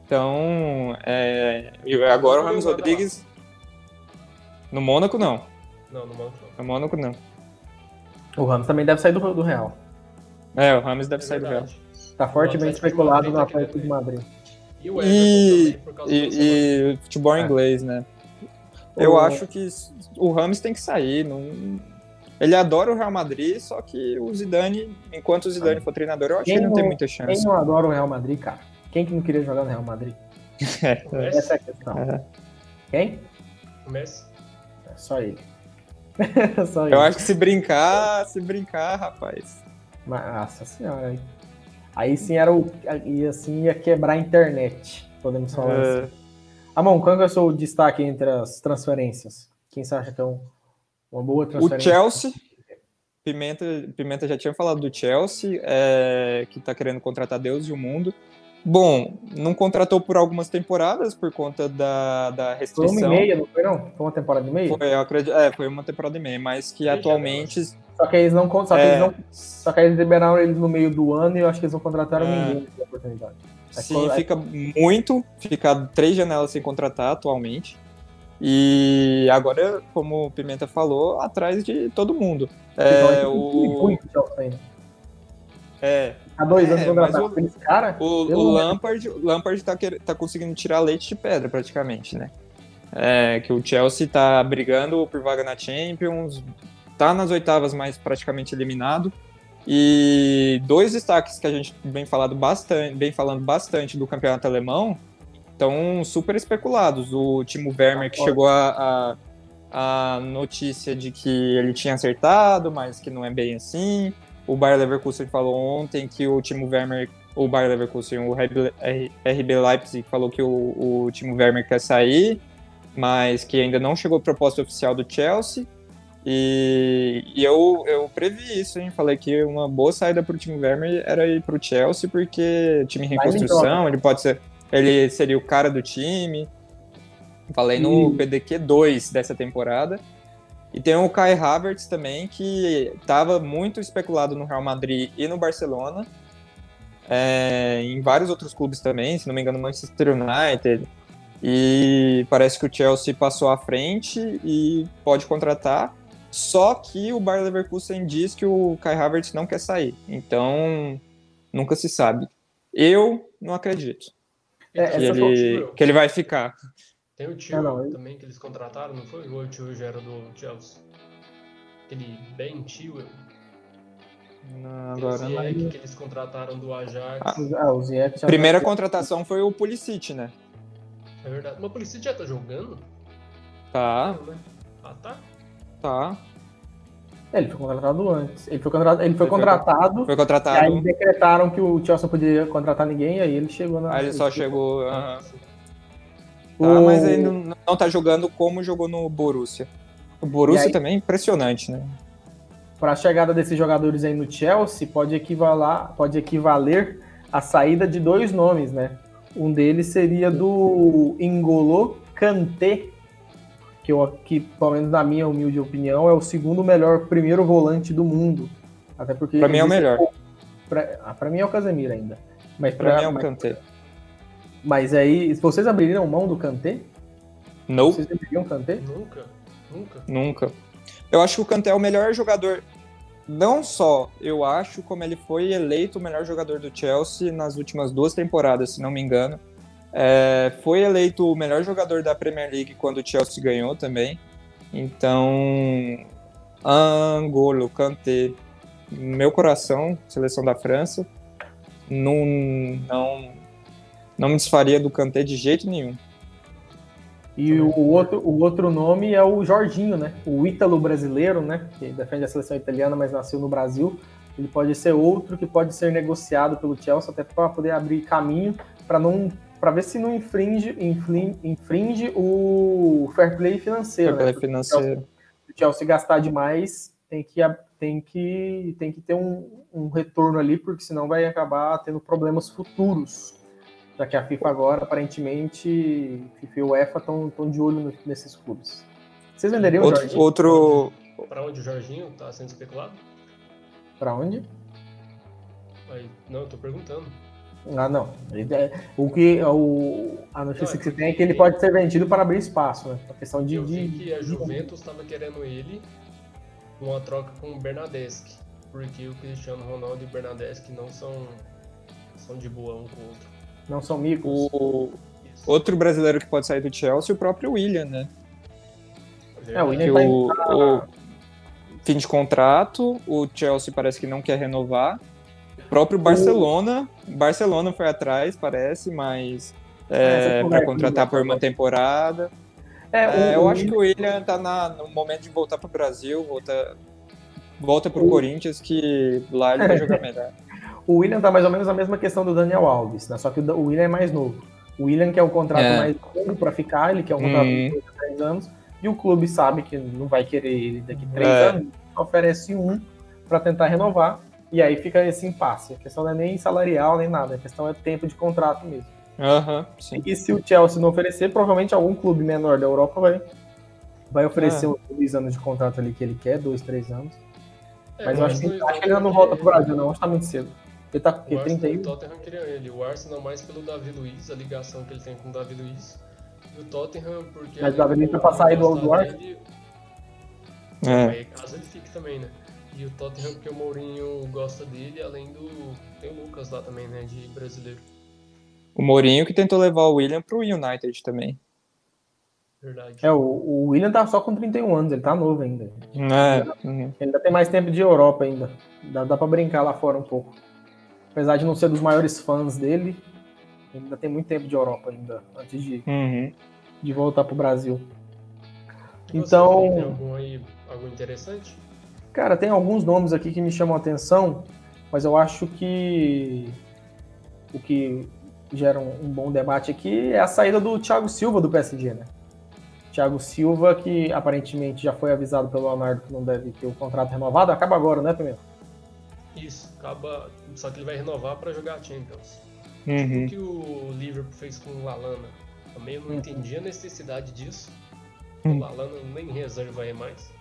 Então, é, e agora o Rames Rodrigues... No Mônaco, não. Não, no Mônaco não. No Mônaco, não. O Ramos também deve sair do, do Real. É, o Rames deve É sair do Real. verdade. Tá fortemente especulado no tá Atlético de querendo Madrid. E o Everton E, também, por causa do Benzema. e, e futebol É. inglês, né? Eu O- acho que o Rames tem que sair. Não... Ele adora o Real Madrid, só que o Zidane, enquanto o Zidane for treinador, eu acho que ele não tem muita Quem chance. não adora o Real Madrid, cara? Quem que não queria jogar no Real Madrid? O Messi? Essa é a questão. É. Quem? O Messi? É só ele. Só ele. Eu acho que se brincar, se brincar, rapaz. Nossa senhora. Aí, aí sim era o. E assim ia quebrar a internet. Podemos falar É, assim. Amon, qual que é o seu destaque entre as transferências? Quem você acha que é um, uma boa o transferência? Chelsea, Pimenta, Pimenta já tinha falado do Chelsea, é, que tá querendo contratar Deus e o mundo. Bom, não contratou por algumas temporadas por conta da, da Foi uma e restrição. meia, não foi não? Foi uma temporada e meia? Foi, eu acredito, é, foi uma temporada e meia, mas que Três atualmente. Só que eles não. Só que, é, eles não só que eles liberaram eles no meio do ano e eu acho que eles não contrataram É. ninguém nessa oportunidade. Sim, fica muito, fica três janelas sem contratar atualmente. E agora, como o Pimenta falou, atrás de todo mundo. É, o, é, Há dois É, anos mas contratado o- com esse cara. o, pelo o amor- Lampard, o Lampard tá, quer- tá conseguindo tirar leite de pedra, praticamente, né? É, que o Chelsea tá brigando por vaga na Champions, tá nas oitavas, mas praticamente eliminado. E dois destaques que a gente vem, falado bastante, vem falando bastante do campeonato alemão estão super especulados. O Timo Werner, que chegou a, a, a notícia de que ele tinha acertado, mas que não é bem assim. O Bayer Leverkusen falou ontem que o Timo Werner, o Bayer Leverkusen, o R B Leipzig falou que o, o Timo Werner quer sair, mas que ainda não chegou a proposta oficial do Chelsea. E, e eu, eu previ isso, hein? Falei que uma boa saída para o Timo Werner era ir para o Chelsea, porque time em reconstrução, ele pode ser, ele seria o cara do time. Falei no E- P D Q dois dessa temporada. E tem o Kai Havertz também, que estava muito especulado no Real Madrid e no Barcelona. É, em vários outros clubes também, se não me engano, Manchester United. E parece que o Chelsea passou à frente e pode contratar. Só que o Bayer Leverkusen diz que o Kai Havertz não quer sair. Então, nunca se sabe. Eu não acredito É, Então, que essa tem o ele, Tio, que ele vai ficar. tem o Tio Ah, não, eu- também que eles contrataram, não foi? Ou o Tio já era do Chelsea? Aquele Ben Tio, Não, aquele agora não. Ziyech que eles contrataram do Ajax. Ah. Ah, o Ziyech já Primeira tá- contratação foi o Pulisic, né? É verdade. Mas o Pulisic já tá jogando? Tá, Não, né? Ah, tá. tá. É, ele foi contratado antes. Ele foi contratado, ele foi Ele foi- contratado Foi e contratado. aí decretaram que o Chelsea não podia contratar ninguém, e aí ele chegou na. Aí ele só chegou. aham. O- Tá, mas ainda não não tá jogando como jogou no Borussia. O Borussia E aí- também é impressionante, né? Para a chegada desses jogadores aí no Chelsea, pode equivaler, pode equivaler a saída de dois nomes, né? Um deles seria do N'Golo Kanté, que, eu, que, pelo menos na minha humilde opinião, é o segundo melhor primeiro volante do mundo. Até porque. Pra mim é o existe- melhor. Pra, ah, pra mim é o Casemiro ainda. Mas, Pra mim é o mas, Kanté. mas aí, se vocês abririam mão do Kanté? Não, Vocês abririam o Kanté? Nunca, nunca. nunca. Eu acho que o Kanté é o melhor jogador. Não só eu acho, como ele foi eleito o melhor jogador do Chelsea nas últimas duas temporadas, se não me engano. É, foi eleito o melhor jogador da Premier League quando o Chelsea ganhou também. Então, N'Golo Kanté, meu coração, seleção da França, não, não, não me desfaria do Kanté de jeito nenhum. E o outro, o outro nome é o Jorginho, né? O ítalo brasileiro, né? Que defende a seleção italiana, mas nasceu no Brasil. Ele pode ser outro que pode ser negociado pelo Chelsea até para poder abrir caminho para não, para ver se não infringe, infringe, infringe o fair play financeiro. Fair play né? financeiro. Se o Chelsea gastar demais, tem que, tem que, tem que ter um, um retorno ali, porque senão vai acabar tendo problemas futuros. Já que a FIFA agora, aparentemente, FIFA e UEFA estão de olho nesses clubes. Vocês venderiam o Outro, Jorginho? outro, Pra onde o Jorginho tá sendo especulado? Pra onde? Aí, não, eu tô perguntando. Ah, não. Ele é- o que, o, a notícia Não, é que você tem é que porque ele pode ser vendido para abrir espaço, né? A questão de. Eu vi de- que a Juventus estava querendo ele numa troca com o Bernardeschi, porque o Cristiano Ronaldo e o Bernardeschi não são, são de boa um com o outro. Não são micos. O Isso. outro brasileiro que pode sair do Chelsea, o próprio William, né? É, o William Que tá em- o, o fim de contrato, o Chelsea parece que não quer renovar. O próprio Barcelona, Barcelona foi atrás, parece, mas É, é, você para conversa contratar com o por uma temporada. É, É, o- eu o acho que William- o William tá na, no momento de voltar pro Brasil, volta, volta pro O- Corinthians, que lá ele vai jogar melhor. O William tá mais ou menos a mesma questão do Daniel Alves, né? Só que o William é mais novo. O William quer um contrato É. mais longo para ficar, ele quer um contrato Hum. de dois a três anos, e o clube sabe que não vai querer ele daqui a três É. anos, oferece um para tentar renovar, e aí fica esse impasse. A questão não é nem salarial, nem nada, a questão é tempo de contrato mesmo. Aham, sim. E se o Chelsea não oferecer, provavelmente algum clube menor da Europa vai, vai oferecer É. os dois anos de contrato ali que ele quer, dois, três anos. É, Mas o eu acho que, Arsenal acho que ele ainda não queria volta pro Brasil, não. Acho que tá muito cedo. Ele tá com o quê? O Arsenal trinta e e um? o Tottenham queriam ele. O Arsenal mais pelo Davi Luiz, a ligação que ele tem com o Davi Luiz. E o Tottenham porque... Mas o Davi Luiz além foi pra sair do Mourinho Old gostar dele, É. aí caso ele fique também, né? E o Tottenham porque o Mourinho gosta dele, além do... Tem o Lucas lá também, né? De brasileiro. O Mourinho que tentou levar o William pro United também. Verdade. É, o, o William tá só com trinta e um anos, ele tá novo ainda. É. Uhum. Ele ainda tem mais tempo de Europa ainda. Dá, dá pra brincar lá fora um pouco. Apesar de não ser dos maiores fãs dele, ele ainda tem muito tempo de Europa ainda, antes de, Uhum. de voltar pro Brasil. E você, Então- Tem algum aí, algo interessante? Cara, tem alguns nomes aqui que me chamam a atenção, mas eu acho que o que gera um, um bom debate aqui é a saída do Thiago Silva do P S G, né? Thiago Silva, que aparentemente já foi avisado pelo Leonardo que não deve ter o contrato renovado, acaba agora, né, primeiro? Isso, acaba... Só que ele vai renovar pra jogar a Champions. Uhum. O que o Liverpool fez com o Lalana. Também eu não Uhum. entendi a necessidade disso. Uhum. O Lalana nem reserva é mais.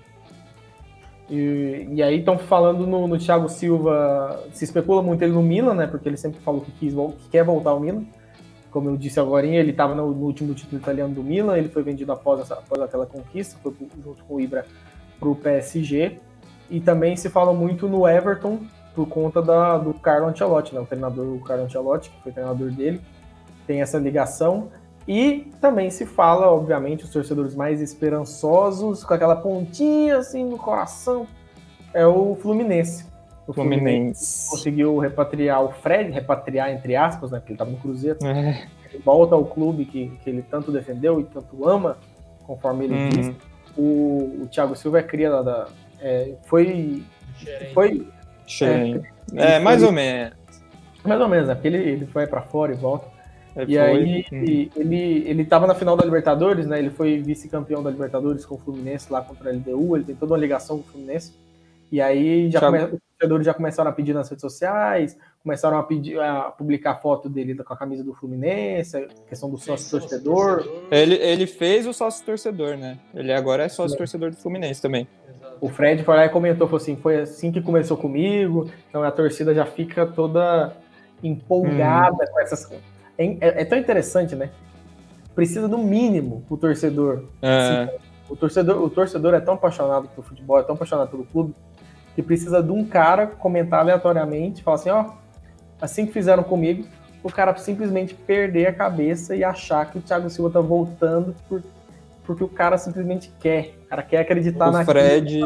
E, e aí estão falando no, no Thiago Silva, se especula muito ele no Milan, né? Porque ele sempre falou que, quis, vol- que quer voltar ao Milan. Como eu disse agora, ele estava no, no último título italiano do Milan, ele foi vendido após, essa, após aquela conquista, foi pro, junto com o Ibra para o P S G. E também se fala muito no Everton por conta da, do Carlo Ancelotti, né? O treinador, o Carlo Ancelotti, que foi treinador dele, tem essa ligação. E também se fala, obviamente, os torcedores mais esperançosos, com aquela pontinha assim no coração, é o Fluminense. O Fluminense. conseguiu repatriar o Fred, repatriar entre aspas, né? Porque ele estava no Cruzeiro. É. Ele volta ao clube que, que ele tanto defendeu e tanto ama, conforme ele Uhum. diz. O, o Thiago Silva é cria da. da- é, foi. Xerém. Foi Cheio. É, É, mais foi- ou menos. mais ou menos, né? Porque ele, ele foi pra fora e volta. É, E foi. aí, Uhum. ele, ele tava na final da Libertadores, né? Ele foi vice-campeão da Libertadores com o Fluminense lá contra a L D U. Ele tem toda uma ligação com o Fluminense. E aí, já Thiago- come- os torcedores já começaram a pedir nas redes sociais, começaram a, pedir, a publicar foto dele com a camisa do Fluminense, a questão do sócio-torcedor. Ele, ele fez o sócio torcedor, né? Ele agora é sócio torcedor do Fluminense também. Exato. O Fred foi lá e comentou, falou assim, foi assim que começou comigo, então a torcida já fica toda empolgada com essas... É, é- é tão interessante, né? Precisa do mínimo o torcedor. É, O torcedor, o torcedor é tão apaixonado pelo futebol, é tão apaixonado pelo clube, que precisa de um cara comentar aleatoriamente, falar assim, ó, assim que fizeram comigo, o cara simplesmente perder a cabeça e achar que o Thiago Silva tá voltando por, porque o cara simplesmente quer. O cara quer acreditar o naquilo. Fred.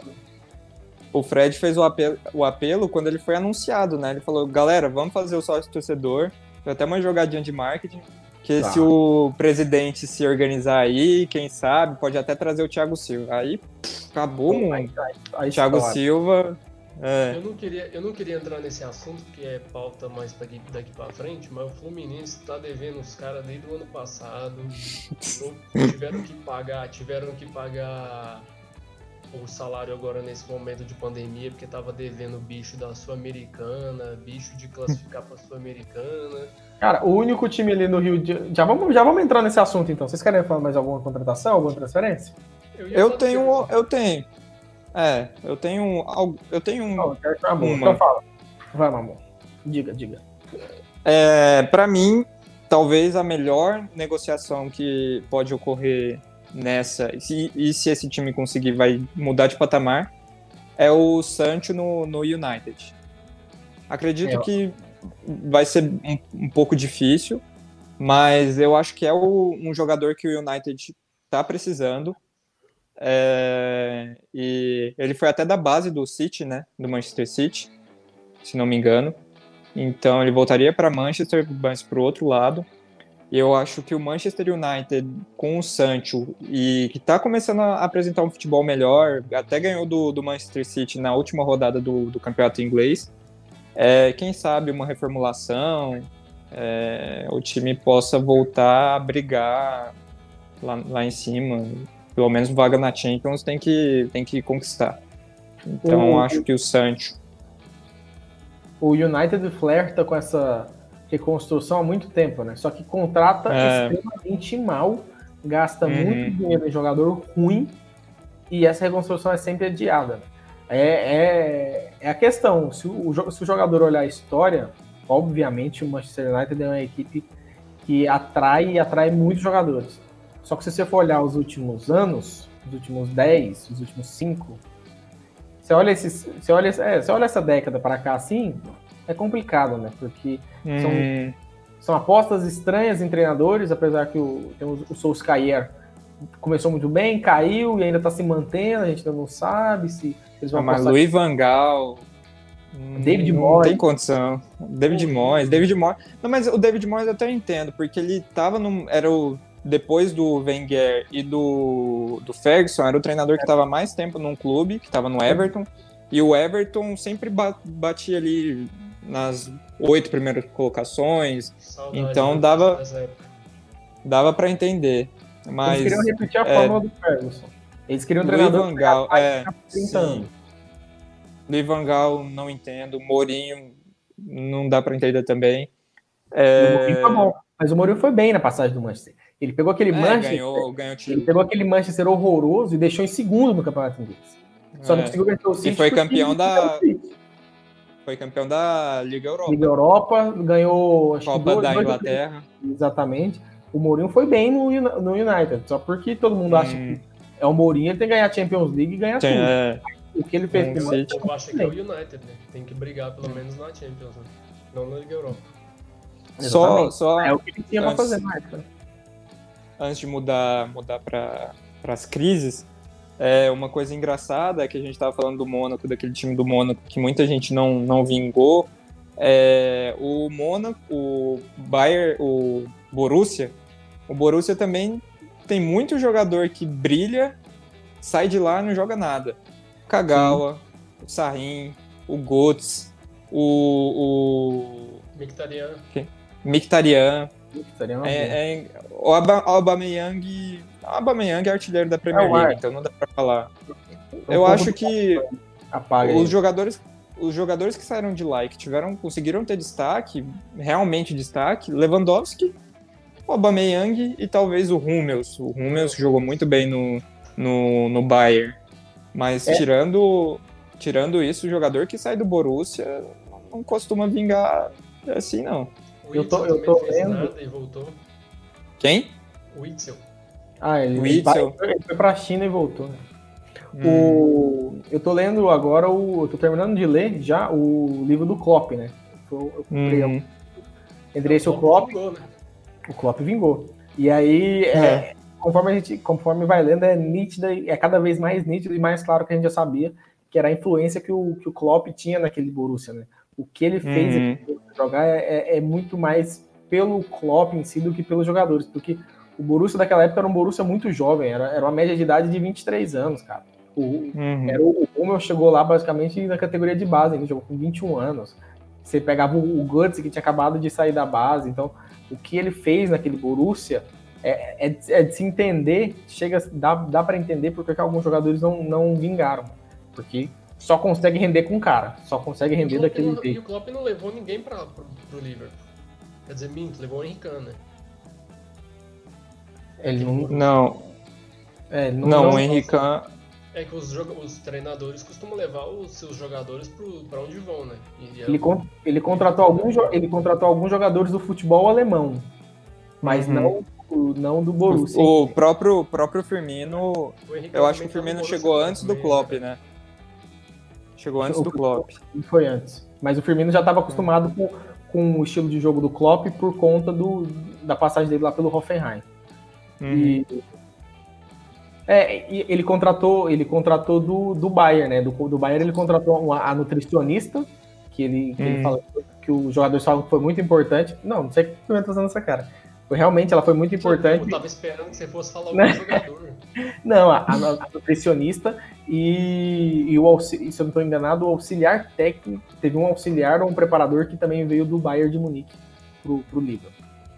O Fred fez o apelo, o apelo quando ele foi anunciado, né? Ele falou, galera, vamos fazer o sócio torcedor. Foi até uma jogadinha de marketing. Que Tá. se o presidente se organizar aí, quem sabe, pode até trazer o Thiago Silva. Aí, pff, acabou, Aí- mano. aí Thiago história. Silva. É. Eu não, queria, eu não queria entrar nesse assunto, que é pauta mais daqui, daqui pra frente, mas o Fluminense tá devendo os caras desde o ano passado. Não- tiveram que pagar, tiveram que pagar o salário agora nesse momento de pandemia, porque tava devendo bicho da Sul-Americana, bicho de classificar pra Sul-Americana. Cara, o único time ali no Rio de Já vamos, já vamos entrar nesse assunto, então. Vocês querem falar mais alguma contratação, alguma transferência? ia Eu falar tenho. do que- Eu tenho. É, eu tenho. algo- Eu tenho um. Não, eu quero que uma boa. Uma. Então fala. Vai, Mamon. Diga, diga. É, para mim, talvez a melhor negociação que pode ocorrer nessa, e se, e se esse time conseguir vai mudar de patamar, é o Sancho no, no United. Acredito é. que vai ser um, um pouco difícil, mas eu acho que é o, um jogador que o United está precisando. É, e ele foi até da base do City, né, do Manchester City, se não me engano. Então ele voltaria para Manchester, mas para o outro lado. E eu acho que o Manchester United com o Sancho, e que está começando a apresentar um futebol melhor, até ganhou do, do Manchester City na última rodada do, do campeonato inglês, é, quem sabe uma reformulação, é, o time possa voltar a brigar lá, lá em cima. Pelo menos vaga na Champions tem que, tem que conquistar. Então o, acho que o Sancho. O United flerta com essa reconstrução há muito tempo, né? Só que contrata é. extremamente mal, gasta uhum. muito dinheiro em jogador ruim e essa reconstrução é sempre adiada. É, é, é a questão, se o, se o jogador olhar a história, obviamente o Manchester United é uma equipe que atrai e atrai muitos jogadores. Só que se você for olhar os últimos anos, os últimos dez, os últimos cinco, você olha, esses, você olha, é, você olha essa década para cá assim, é complicado, né? Porque hum. são, são apostas estranhas em treinadores, apesar que o, tem o, o Solskjaer começou muito bem, caiu e ainda está se mantendo, a gente ainda não sabe se eles vão... Ah, mas Louis van Gaal... David não Moyes. Não tem condição. David Moyes, David Moyes... Não, mas o David Moyes eu até entendo, porque ele tava no... Era o... Depois do Wenger e do, do Ferguson, era o treinador que estava mais tempo num clube, que estava no Everton, e o Everton sempre batia ali nas oito primeiras colocações, Saudade, então dava, dava para entender. Mas, eles queriam repetir a é, fórmula do Ferguson. Eles queriam um treinador Van Gaal, é, trinta anos. Louis van Gaal, não entendo. Mourinho, não dá para entender também. É... O Mourinho foi bom, mas o Mourinho foi bem na passagem do Manchester. Ele pegou aquele é, Manchester, ganhou, ganhou ele pegou aquele Manchester horroroso e deixou em segundo no campeonato inglês. Só é. não conseguiu vencer o City. E foi campeão da foi campeão da Liga Europa. Liga Europa, ganhou acho Copa que dois, da dois, Inglaterra. Dois, exatamente. O Mourinho foi bem no, no United, só porque todo mundo hum. acha que é o Mourinho, ele tem que ganhar a Champions League e ganhar tem, tudo. É. O que ele fez com o City. Eu acho que é o United, né? Tem que brigar pelo menos na Champions, né? Não na Liga Europa. Só, só é o que ele tinha antes, pra fazer mais, né? Antes de mudar, mudar para as crises, é uma coisa engraçada é que a gente estava falando do Mônaco, daquele time do Mônaco que muita gente não, não vingou. É, o Mônaco, o Bayern, o Borussia, o Borussia também tem muito jogador que brilha, sai de lá e não joga nada. O Kagawa, Sim. o Sahin, o Götze, o... o... Mkhitaryan. Mkhitaryan. É, é, o Aubameyang, o Aubameyang é artilheiro da Premier League, então não dá pra falar. Um Eu acho que apaga os jogadores, os jogadores que saíram de lá e que tiveram, conseguiram ter destaque, realmente destaque, Lewandowski, o Aubameyang e talvez o Hummels. O Hummels jogou muito bem no, no, no Bayern, mas é. tirando, tirando isso, o jogador que sai do Borussia não costuma vingar assim, não. O eu tô, eu tô vendo. Nada e voltou. Quem? O Witzel. Ah, ele, o ele, vai, Witzel. ele foi pra China e voltou, né? Hum. O, eu tô lendo agora, o, eu tô terminando de ler já o livro do Klopp, né? Eu, eu comprei hum. Entre esse o Klopp, vingou, né? o Klopp vingou. E aí, é. É, conforme a gente, conforme vai lendo, é nítido, é cada vez mais nítido e mais claro que a gente já sabia, que era a influência que o, que o Klopp tinha naquele Borussia, né? O que ele fez uhum. aqui jogar é, é muito mais pelo Klopp em si do que pelos jogadores, porque o Borussia daquela época era um Borussia muito jovem, era, era uma média de idade de vinte e três anos, cara. O, uhum. era o, o Hummel chegou lá basicamente na categoria de base, ele jogou com vinte e um anos. Você pegava o, o Götze, que tinha acabado de sair da base, então o que ele fez naquele Borussia é, é, é de se entender, chega, dá, dá para entender porque que alguns jogadores não, não vingaram, porque só consegue render com o cara, só consegue render daquele jeito. E o Klopp não levou ninguém pra, pro, pro Liverpool. Quer dizer, minto, levou o Henry Khan, né? Ele não... Não, é, ele não, não, não o Henry Khan... É que os, os treinadores costumam levar os seus jogadores para onde vão, né? E ele, con ele, contratou alguns, ele contratou alguns jogadores do futebol alemão, mas uhum. não, não do Borussia. O, o próprio, próprio Firmino, eu acho que o Firmino chegou antes do Klopp, né? Chegou antes o, do Klopp. Foi antes. Mas o Firmino já estava acostumado com, com o estilo de jogo do Klopp por conta do, da passagem dele lá pelo Hoffenheim. Uhum. E... É, ele contratou, ele contratou do, do Bayern, né? Do, do Bayern ele contratou a, a nutricionista, que ele, que hum. ele falou que os jogadores falam que foi muito importante. Não, não sei o que eu tô fazendo essa cara. Foi, realmente, ela foi muito importante. Eu tava esperando que você fosse falar algum jogador. Não, a, a, a nutricionista e, e o, se eu não estou enganado, o auxiliar técnico, teve um auxiliar ou um preparador que também veio do Bayern de Munique pro, pro Liga.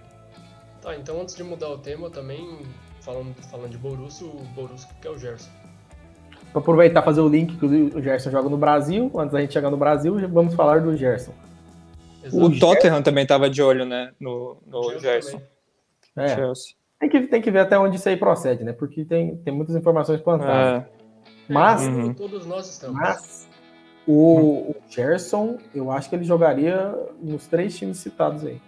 Tá, então antes de mudar o tema também... Falando, falando de Borussia, o Borussia que é o Gerson. Para aproveitar e fazer o link que o Gerson joga no Brasil, antes da gente chegar no Brasil, vamos falar do Gerson. Exato. O Tottenham também estava de olho, né, no, no Gerson. É. Tem que, tem que ver até onde isso aí procede, né? Porque tem, tem muitas informações plantadas. É. Mas, uhum. todos nós estamos. Mas o, o Gerson, eu acho que ele jogaria nos três times citados aí.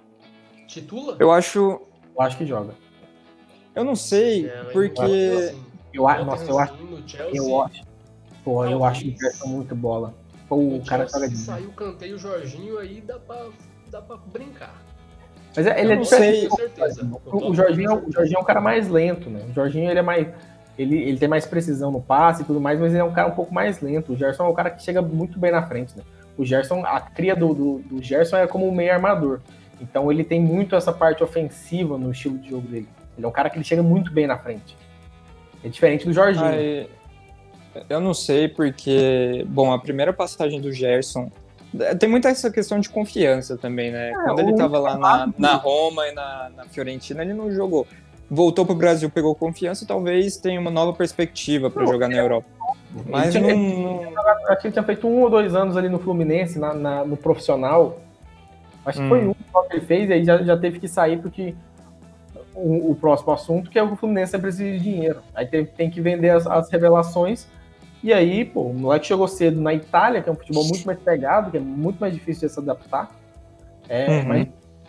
Titula? Eu acho. Eu acho que joga. Eu não sei, é, porque... Assim, eu, eu, nossa, eu acho... Eu acho... Pô, eu acho o Gerson muito bola. Pô, o, o cara joga de... Se sair o Kanté e o Jorginho, aí dá pra, dá pra brincar. Mas é, ele eu é não sei, com certeza. O, o, Jorginho, o Jorginho é um cara mais lento, né? O Jorginho, ele é mais... Ele, ele tem mais precisão no passe e tudo mais, mas ele é um cara um pouco mais lento. O Gerson é um cara que chega muito bem na frente, né? O Gerson, a cria do, do, do Gerson é como um meio armador. Então ele tem muito essa parte ofensiva no estilo de jogo dele. Ele é um cara que ele chega muito bem na frente. É diferente do Jorginho. Ai, eu não sei, porque... Bom, a primeira passagem do Gerson... Tem muita essa questão de confiança também, né? É, Quando ele estava lá na, na Roma e na, na Fiorentina, ele não jogou. Voltou pro Brasil, pegou confiança, talvez tenha uma nova perspectiva para jogar na Europa. Mas ele não... Tinha, não... Acho que ele tinha feito um ou dois anos ali no Fluminense, na, na, no profissional. Acho que hum. foi um que ele fez, e aí já, já teve que sair, porque... O, o próximo assunto, que é o Fluminense precisa de dinheiro. Aí tem, tem que vender as, as revelações. E aí, pô, o moleque chegou cedo na Itália, que é um futebol muito mais pegado, que é muito mais difícil de se adaptar. É, uhum. Mas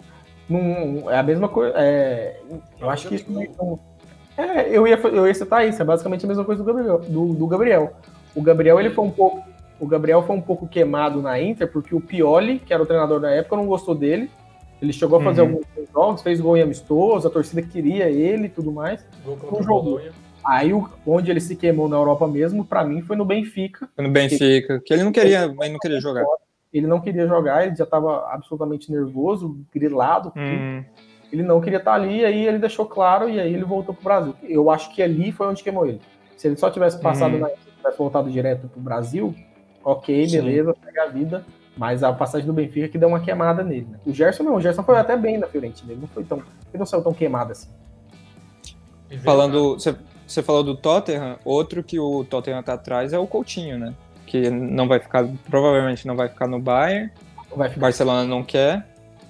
não, é a mesma coisa. É, eu acho que isso não, é, eu ia eu ia citar isso, é basicamente a mesma coisa do Gabriel. Do, do Gabriel. O Gabriel ele foi um pouco, o Gabriel foi um pouco queimado na Inter, porque o Pioli, que era o treinador da época, não gostou dele. Ele chegou a fazer uhum. alguns jogos, fez gol em amistoso, a torcida queria ele e tudo mais. Gol contra o Bolonha. Aí, o, onde ele se queimou na Europa mesmo, pra mim, foi no Benfica. Foi no Benfica, que, que ele não queria, ele não queria jogar. Ele não queria jogar, ele já estava absolutamente nervoso, grilado. Uhum. Ele não queria estar ali, aí ele deixou claro, e aí ele voltou pro Brasil. Eu acho que ali foi onde queimou ele. Se ele só tivesse passado, uhum. na, tivesse voltado direto pro Brasil, ok, Sim. beleza, pega a vida. Mas a passagem do Benfica que deu uma queimada nele, né? O Gerson não, o Gerson foi até bem na Fiorentina, ele não foi tão, ele não saiu tão queimado assim. Falando, você, você falou do Tottenham, outro que o Tottenham tá atrás é o Coutinho, né? Que não vai ficar, provavelmente não vai ficar no Bayern, vai ficar. Barcelona não quer,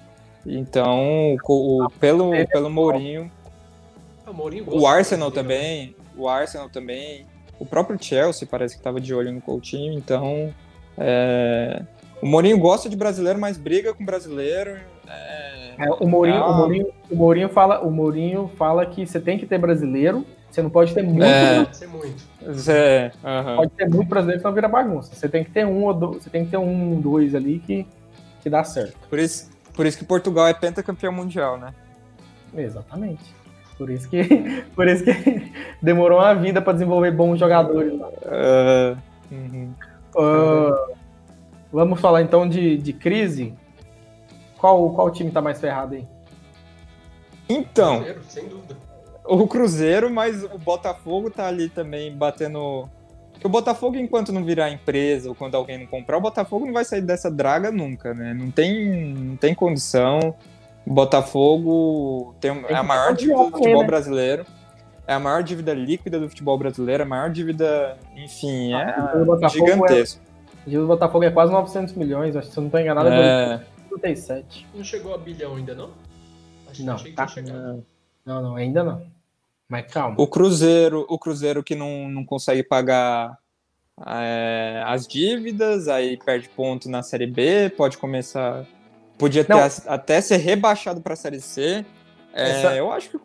então o, o, pelo, pelo Mourinho, o, Mourinho o Arsenal também, o Arsenal também, o próprio Chelsea parece que estava de olho no Coutinho, então... É... O Mourinho gosta de brasileiro, mas briga com brasileiro. É... É, o, Mourinho, ah. o, Mourinho, o, Mourinho fala, o Mourinho fala que você tem que ter brasileiro, você não pode ter muito. É, pode ser muito. É, uh-huh. Pode ter muito brasileiro, senão vira bagunça. Você tem que ter um ou dois, você tem que ter um, dois ali que, que dá certo. Por isso, por isso que Portugal é pentacampeão mundial, né? Exatamente. Por isso que, por isso que demorou uma vida para desenvolver bons jogadores. Uh, uhum. uh, Vamos falar então de, de crise. Qual, qual time tá mais ferrado aí? Então, Cruzeiro, sem dúvida. O Cruzeiro, mas o Botafogo tá ali também batendo... Porque o Botafogo, enquanto não virar empresa ou quando alguém não comprar, o Botafogo não vai sair dessa draga nunca, né? Não tem, não tem condição. O Botafogo tem, é a maior dívida do futebol brasileiro. É a maior dívida líquida do futebol brasileiro, a maior dívida, enfim, é gigantesco. A dívida do Botafogo é quase novecentos milhões, acho que se eu não estou enganado, é trinta e sete. Não chegou a bilhão ainda, não? Acho não, que tá. Não, não, ainda não. Mas calma. O Cruzeiro, o Cruzeiro que não, não consegue pagar é, as dívidas, aí perde ponto na Série B, pode começar... Podia ter, até ser rebaixado para a Série C. É, Essa... Eu acho que...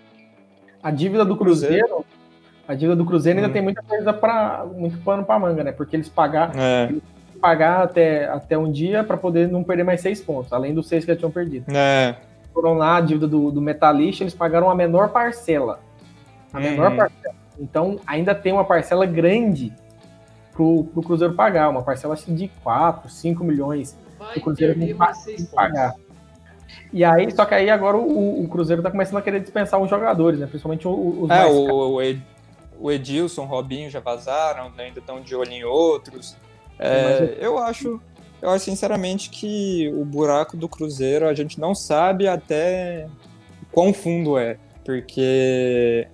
A dívida do Cruzeiro... Cruzeiro a dívida do Cruzeiro ainda hum. tem muita coisa para muito pano para manga, né? Porque eles pagaram... É. Eles pagar até, até um dia para poder não perder mais seis pontos, além dos seis que já tinham perdido. É. Foram lá, a dívida do, do Metalista, eles pagaram a menor parcela. A menor uhum. parcela. Então, ainda tem uma parcela grande pro, pro Cruzeiro pagar, uma parcela de quatro, cinco milhões. Vai o Cruzeiro não vai pagar. E aí, só que aí agora o, o Cruzeiro tá começando a querer dispensar os jogadores, né? Principalmente os é, mais o, o Edilson, o Robinho já vazaram, né? Ainda estão de olho em outros. É, eu acho, eu acho sinceramente que o buraco do Cruzeiro a gente não sabe até quão fundo é, porque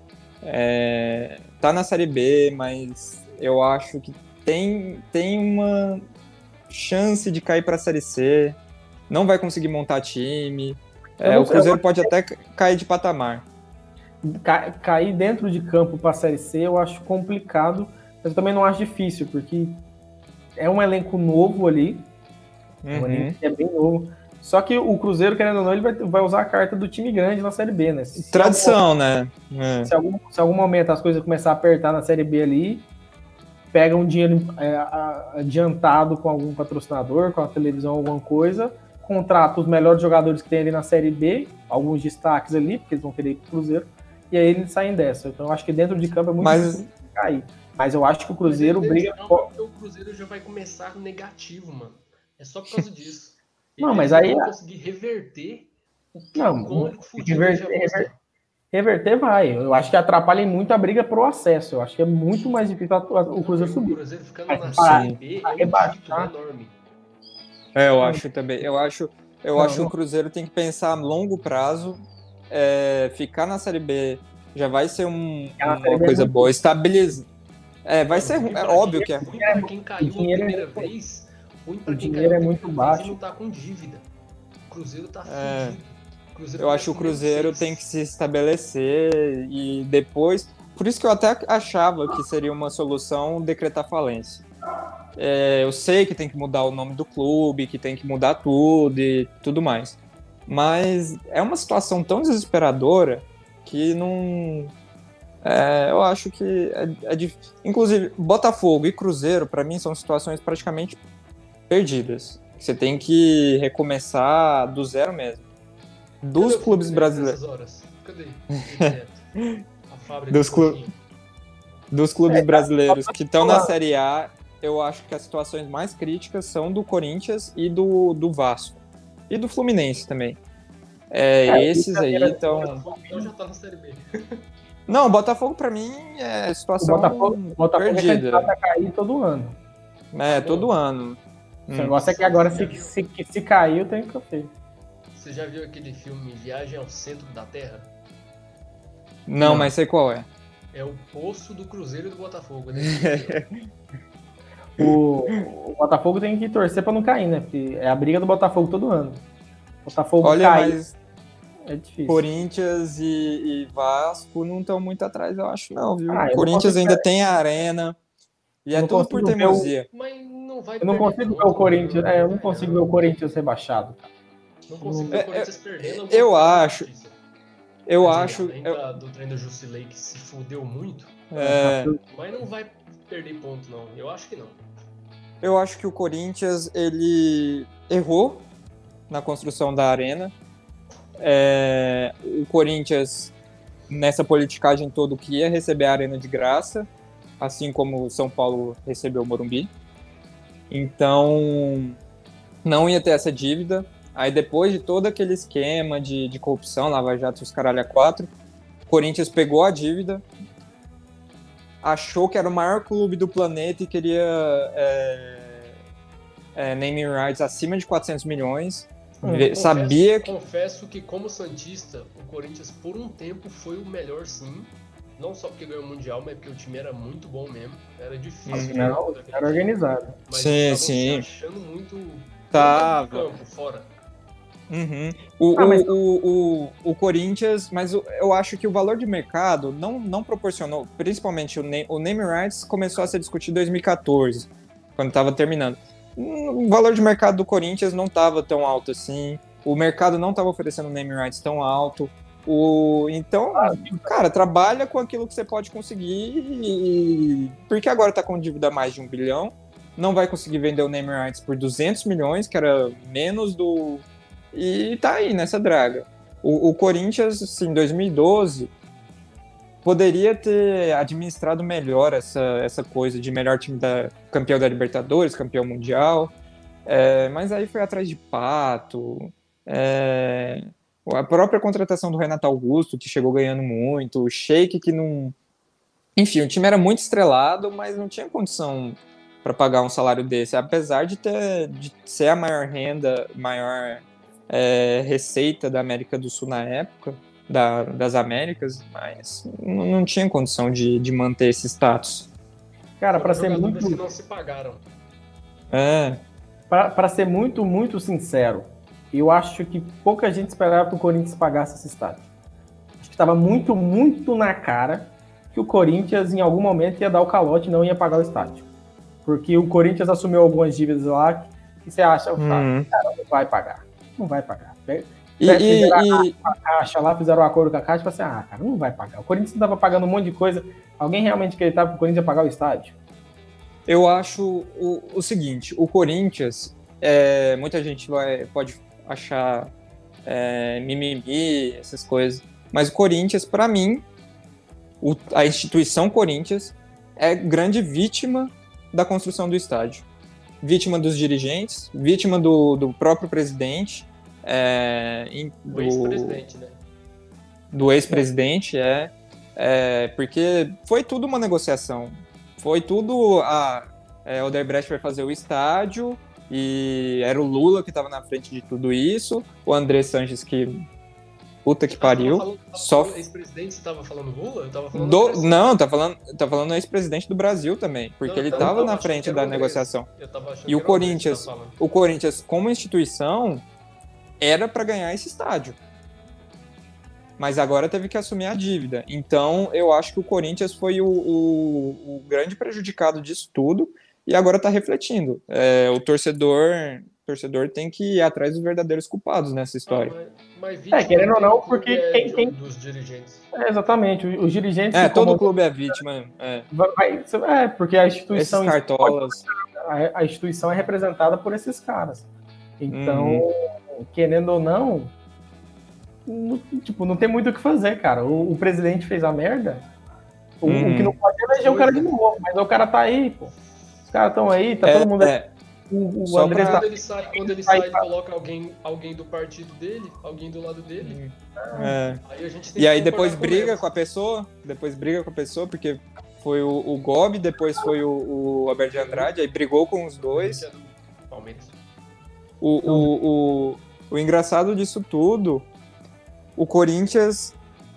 é, tá na Série B, mas eu acho que tem, tem uma chance de cair para a Série C, não vai conseguir montar time, é, o Cruzeiro pode até cair de patamar. Ca- cair dentro de campo para a Série C eu acho complicado, mas eu também não acho difícil, porque é um elenco novo ali, uhum. um elenco que é bem novo. Só que o Cruzeiro, querendo ou não, ele vai, vai usar a carta do time grande na Série B, né? Se Tradição, algum, né? É. Se, algum, se algum momento as coisas começarem a apertar na Série B ali, pega um dinheiro é, adiantado com algum patrocinador, com a televisão, alguma coisa, contrata os melhores jogadores que tem ali na Série B, alguns destaques ali, porque eles vão querer ir pro Cruzeiro, e aí eles saem dessa. Então eu acho que dentro de campo é muito Mas... difícil cair. Mas eu acho que o Cruzeiro briga... Não, porque o Cruzeiro já vai começar negativo, mano. É só por causa disso. Não, Ele mas aí... vai conseguir reverter o que não, o reverter, reverter, reverter vai. Eu acho que atrapalha muito a briga pro acesso. Eu acho que é muito mais difícil o Cruzeiro subir. O Cruzeiro ficando mas, na Série B é um título enorme. É, eu acho também. Eu acho, eu não, acho não. que o Cruzeiro tem que pensar a longo prazo. É, ficar na Série B já vai ser um, uma coisa boa. Estabilizar. É, vai ser ruim. É óbvio que é ruim. Pra quem caiu a primeira vez, ruim pra o quem dinheiro caiu é muito baixo. Não tá com dívida. O Cruzeiro tá é, fudido. Cruzeiro eu acho que o Cruzeiro tem que se estabelecer e depois... Por isso que eu até achava que seria uma solução decretar falência. É, eu sei que tem que mudar o nome do clube, que tem que mudar tudo e tudo mais. Mas é uma situação tão desesperadora que não... É, eu acho que é, é difícil. Inclusive, Botafogo e Cruzeiro, para mim, são situações praticamente perdidas. Você tem que recomeçar do zero mesmo. Dos Cadê clubes brasileiros. Horas? Cadê? A fábrica dos, clu... dos clubes é, brasileiros que estão na Série A, eu acho que as situações mais críticas são do Corinthians e do, do Vasco. E do Fluminense também. É, é, esses aí estão. Então já tá na Série B. Não, o Botafogo pra mim é situação o Botafogo, Botafogo perdida. É candidato a cair todo ano. É, todo ano. O negócio hum. é que agora se, se, se caiu, tem que ter. Você já viu aquele filme Viagem ao Centro da Terra? Não, Não. mas sei qual é. É o poço do Cruzeiro e do Botafogo. Né? o, o Botafogo tem que torcer pra não cair, né? Porque é a briga do Botafogo todo ano. Botafogo Olha, cai. Mas... É difícil. Corinthians e, e Vasco não estão muito atrás, eu acho, não, viu? Ah, Corinthians ainda ver. tem a Arena. E é tudo por teimosia. O... Mas não vai eu não consigo ver o Corinthians. É, eu não consigo ver o Corinthians rebaixado. Não consigo ver o Corinthians é, perdendo. Eu acho. Eu Quer acho. Dizer, eu... da, do treino da Jusilei que se fudeu muito. É... Mas não vai perder ponto, não. Eu acho que não. Eu acho que o Corinthians, ele errou na construção da Arena. É, o Corinthians, nessa politicagem toda, que ia receber a Arena de graça, assim como o São Paulo recebeu o Morumbi. Então, não ia ter essa dívida. Aí, depois de todo aquele esquema de, de corrupção, Lava Jato e os caralho a quatro, o Corinthians pegou a dívida, achou que era o maior clube do planeta e queria é, é, naming rights acima de quatrocentos milhões. Hum, Sabia confesso, que... confesso que, como santista, o Corinthians, por um tempo, foi o melhor, sim. Não só porque ganhou o Mundial, mas porque o time era muito bom mesmo. Era difícil. Não, era organizado. Mas sim, sim. Se achando muito... Tava. Campo, fora. Uhum. O, Ah, mas- o, o, o, o Corinthians, mas o- eu acho que o valor de mercado não, não proporcionou, principalmente o, name, o name rights começou a ser discutido em dois mil e quatorze, quando estava terminando. Hum, O valor de mercado do Corinthians não estava tão alto assim, o mercado não estava oferecendo name rights tão alto. O, então, cara, trabalha com aquilo que você pode conseguir, e- porque agora está com dívida a mais de um bilhão, não vai conseguir vender o name rights por duzentos milhões, que era menos do. E tá aí nessa draga. O, o Corinthians, assim, em dois mil e doze, poderia ter administrado melhor essa, essa coisa de melhor time da campeão da Libertadores, campeão mundial. É, mas aí foi atrás de Pato. É, a própria contratação do Renato Augusto, que chegou ganhando muito. O Sheik, que não. Enfim, o time era muito estrelado, mas não tinha condição para pagar um salário desse, apesar de ter de ser a maior renda, maior é, receita da América do Sul na época, da, das Américas, mas não, não tinha condição de, de manter esse status. Cara, para Foram ser jogadores muito, que não se pagaram. É, para ser muito, muito sincero, eu acho que pouca gente esperava que o Corinthians pagasse esse estádio. Acho que estava muito, muito na cara que o Corinthians, em algum momento, ia dar o calote e não ia pagar o estádio. Porque o Corinthians assumiu algumas dívidas lá que você acha, Hum. cara, não vai pagar. Não vai pagar. e, Fizeram e, e- a caixa lá, fizeram um acordo com a caixa e falaram assim, ah, cara, não vai pagar. O Corinthians estava pagando um monte de coisa. Alguém realmente acreditava que o Corinthians ia pagar o estádio? eu acho o, o seguinte, o Corinthians, é, muita gente vai, pode achar é, mimimi, essas coisas, mas o Corinthians, para mim, o- a instituição Corinthians é grande vítima da construção do estádio. Vítima dos dirigentes, vítima do, do próprio presidente, é, em- O do, ex-presidente, né? do ex-presidente, é, é, porque foi tudo uma negociação. Foi tudo a é, Odebrecht vai fazer o estádio e era o Lula que estava na frente de tudo isso, o André Sanches que puta que pariu. Ah, tava falando, Só o ex-presidente, você tava falando Lula? Eu tava falando Do- André não, tá falando, tá falando ex-presidente do Brasil também, porque Não, ele então, estava eu na achei frente que era da o Andrés. negociação. Eu tava achando E o que era Andrés que Corinthians, tava falando. o Corinthians como instituição era para ganhar esse estádio. Mas agora teve que assumir a dívida. Então, eu acho que o Corinthians foi o, o- o grande prejudicado disso tudo e agora está refletindo. É, o torcedor, torcedor tem que ir atrás dos verdadeiros culpados nessa história. Ah, mas, mas vítima É, querendo ou não, do clube porque é quem- de- quem- dos dirigentes. É, exatamente. Os os dirigentes... É, se todo comandam- clube é vítima. É. vai- vai- É, porque a Esses instituição... cartolas. a, a instituição é representada por esses caras. Então, Uhum. querendo ou não, não, tipo, não tem muito o que fazer, cara. O, o presidente fez a merda. O, Uhum. o que não pode é eleger o cara de novo, mas o cara tá aí, pô. Os caras estão aí, tá É, todo mundo aí. é. O, o Só Andrés pra- tá... Quando ele sai, quando ele Vai, sai ele vai. coloca alguém, alguém do partido dele, alguém do lado dele. É. Aí a gente tem E que aí concordar depois com briga eles. com a pessoa, depois briga com a pessoa, porque foi o, o Gobi, depois foi o, o Alberto de Andrade, aí brigou com os dois. Que é do Palmeiras. O, o, o, o engraçado disso tudo, o Corinthians.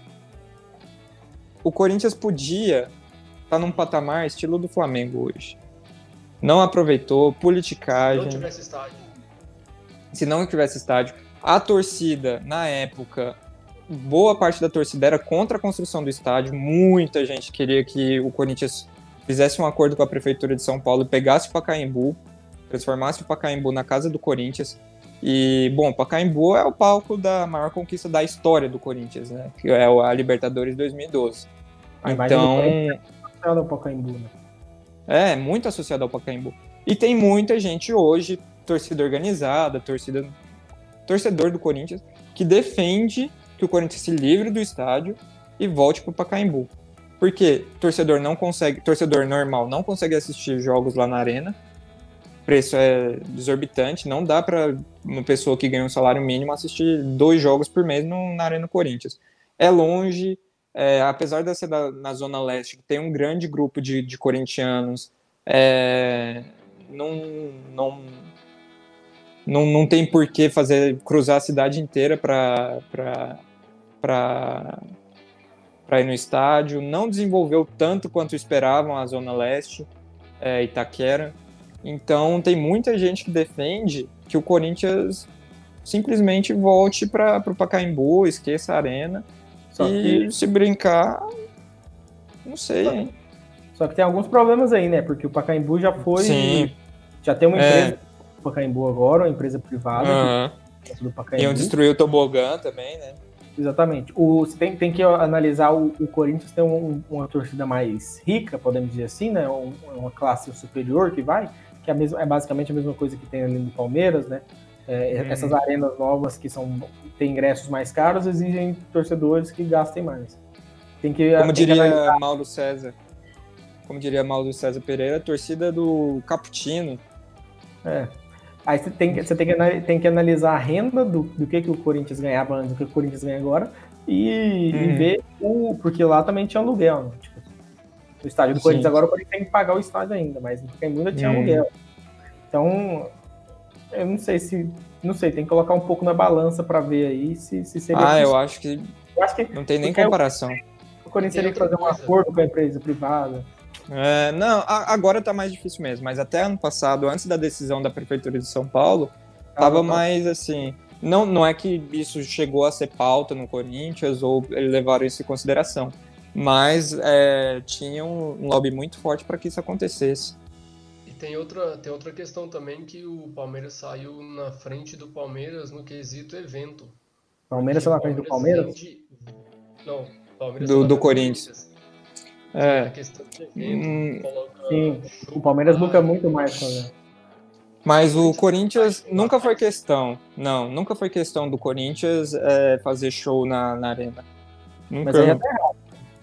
O Corinthians podia estar num patamar estilo do Flamengo hoje. Não aproveitou, Se politicagem. não tivesse estádio. Se não tivesse estádio, a torcida, na época, boa parte da torcida era contra a construção do estádio. Muita gente queria que o Corinthians fizesse um acordo com a Prefeitura de São Paulo e pegasse o Pacaembu, transformasse o Pacaembu na casa do Corinthians. E, bom, o Pacaembu é o palco da maior conquista da história do Corinthians, né? Que é a Libertadores dois mil e doze. A imagem do Então, Corinthians é do Pacaembu, né? é muito associado ao Pacaembu. E tem muita gente hoje, torcida organizada, torcida, torcedor do Corinthians, que defende que o Corinthians se livre do estádio e volte para o Pacaembu. Porque torcedor não consegue, torcedor normal não consegue assistir jogos lá na arena. O preço é exorbitante, não dá para uma pessoa que ganha um salário mínimo assistir dois jogos por mês no, na Arena Corinthians. É longe, é, apesar de ser da, na Zona Leste, que tem um grande grupo de, de corintianos, é, não, não, não, não tem por que fazer, cruzar a cidade inteira para ir no estádio. Não desenvolveu tanto quanto esperavam a Zona Leste, é, Itaquera. Então tem muita gente que defende que o Corinthians simplesmente volte para o Pacaembu, esqueça a arena. Só e que... se brincar, não sei, hein? Só que tem alguns problemas aí, né? Porque o Pacaembu já foi... Sim. Já tem uma empresa é. do Pacaembu agora, uma empresa privada. Uhum. Que, do Pacaembu. Iam destruir o tobogã também, né? Exatamente. O, você tem, tem que analisar o, o Corinthians tem um, uma torcida mais rica, podemos dizer assim, né? Um, uma classe superior que vai, que é, a mesma, é basicamente a mesma coisa que tem ali no Palmeiras, né? É, uhum. Essas arenas novas que são, têm ingressos mais caros exigem torcedores que gastem mais. Tem que, Como tem diria que Mauro César, como diria Mauro César Pereira, a torcida do Cappuccino. É. Aí você tem, você tem, que, tem que analisar a renda do, do que, que o Corinthians ganhava antes do que o Corinthians ganha agora e, uhum. e ver o... Porque lá também tinha aluguel, né? Tipo, o estádio do Sim. Corinthians agora o Corinthians tem que pagar o estádio ainda, mas no Pacaembu ainda tinha uhum. aluguel. Então, eu não sei se... Não sei, tem que colocar um pouco na balança para ver aí se, se seria... Ah, eu acho, que eu acho que não tem nem comparação. O, o Corinthians teria que fazer um acordo com a empresa privada. É, não, a, agora tá mais difícil mesmo, mas até ano passado, antes da decisão da Prefeitura de São Paulo, tava ah, mais assim, não, não é que isso chegou a ser pauta no Corinthians ou eles levaram isso em consideração, mas é, tinha um lobby muito forte para que isso acontecesse. E tem outra, tem outra questão também, que o Palmeiras saiu na frente do Palmeiras no quesito evento. Palmeiras saiu na frente do Palmeiras? Vende... Não, Palmeiras do, do Corinthians. É. A questão de evento, hum, sim, o Palmeiras lucra muito mais com ele. Mas o Corinthians nunca foi questão. Não, nunca foi questão do Corinthians é, fazer show na, na arena. Nunca. Mas aí é errado.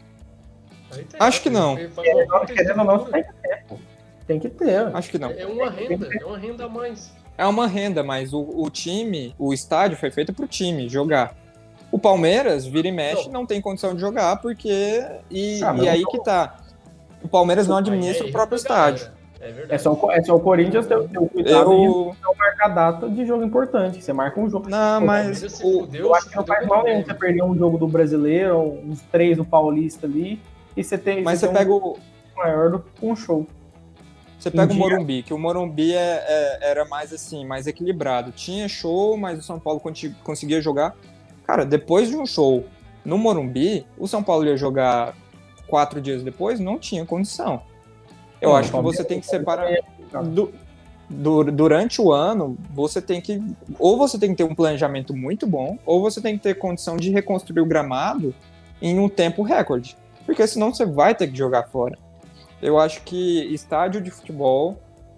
Acho que não. Querendo ou não, tem que ter. Tem que ter. Acho que não. É uma renda, é uma renda a mais. É uma renda, mas o, o time, o estádio foi feito pro time jogar. O Palmeiras, vira e mexe, não, não tem condição de jogar, porque... E, ah, e aí que tá. O Palmeiras não administra é, é, o próprio estádio. É, é, só, é só o Corinthians ter, ter o cuidado eu... de não marcar data de jogo importante. Você marca um jogo. Não, mas... O, fudeu, eu acho que não faz mal nenhum você perder um jogo do Brasileiro, uns três do Paulista ali, e você tem... Mas você, você pega um o... maior do que um show. Você pega um o Morumbi, que o Morumbi é, é, era mais assim, mais equilibrado. Tinha show, mas o São Paulo conseguia jogar... Cara, depois de um show no Morumbi, o São Paulo ia jogar quatro dias depois, não tinha condição. Eu não, acho que você tem que separar... Du, du, durante o ano, você tem que... Ou você tem que ter um planejamento muito bom, ou você tem que ter condição de reconstruir o gramado em um tempo recorde. Porque senão você vai ter que jogar fora. Eu acho que estádio de futebol,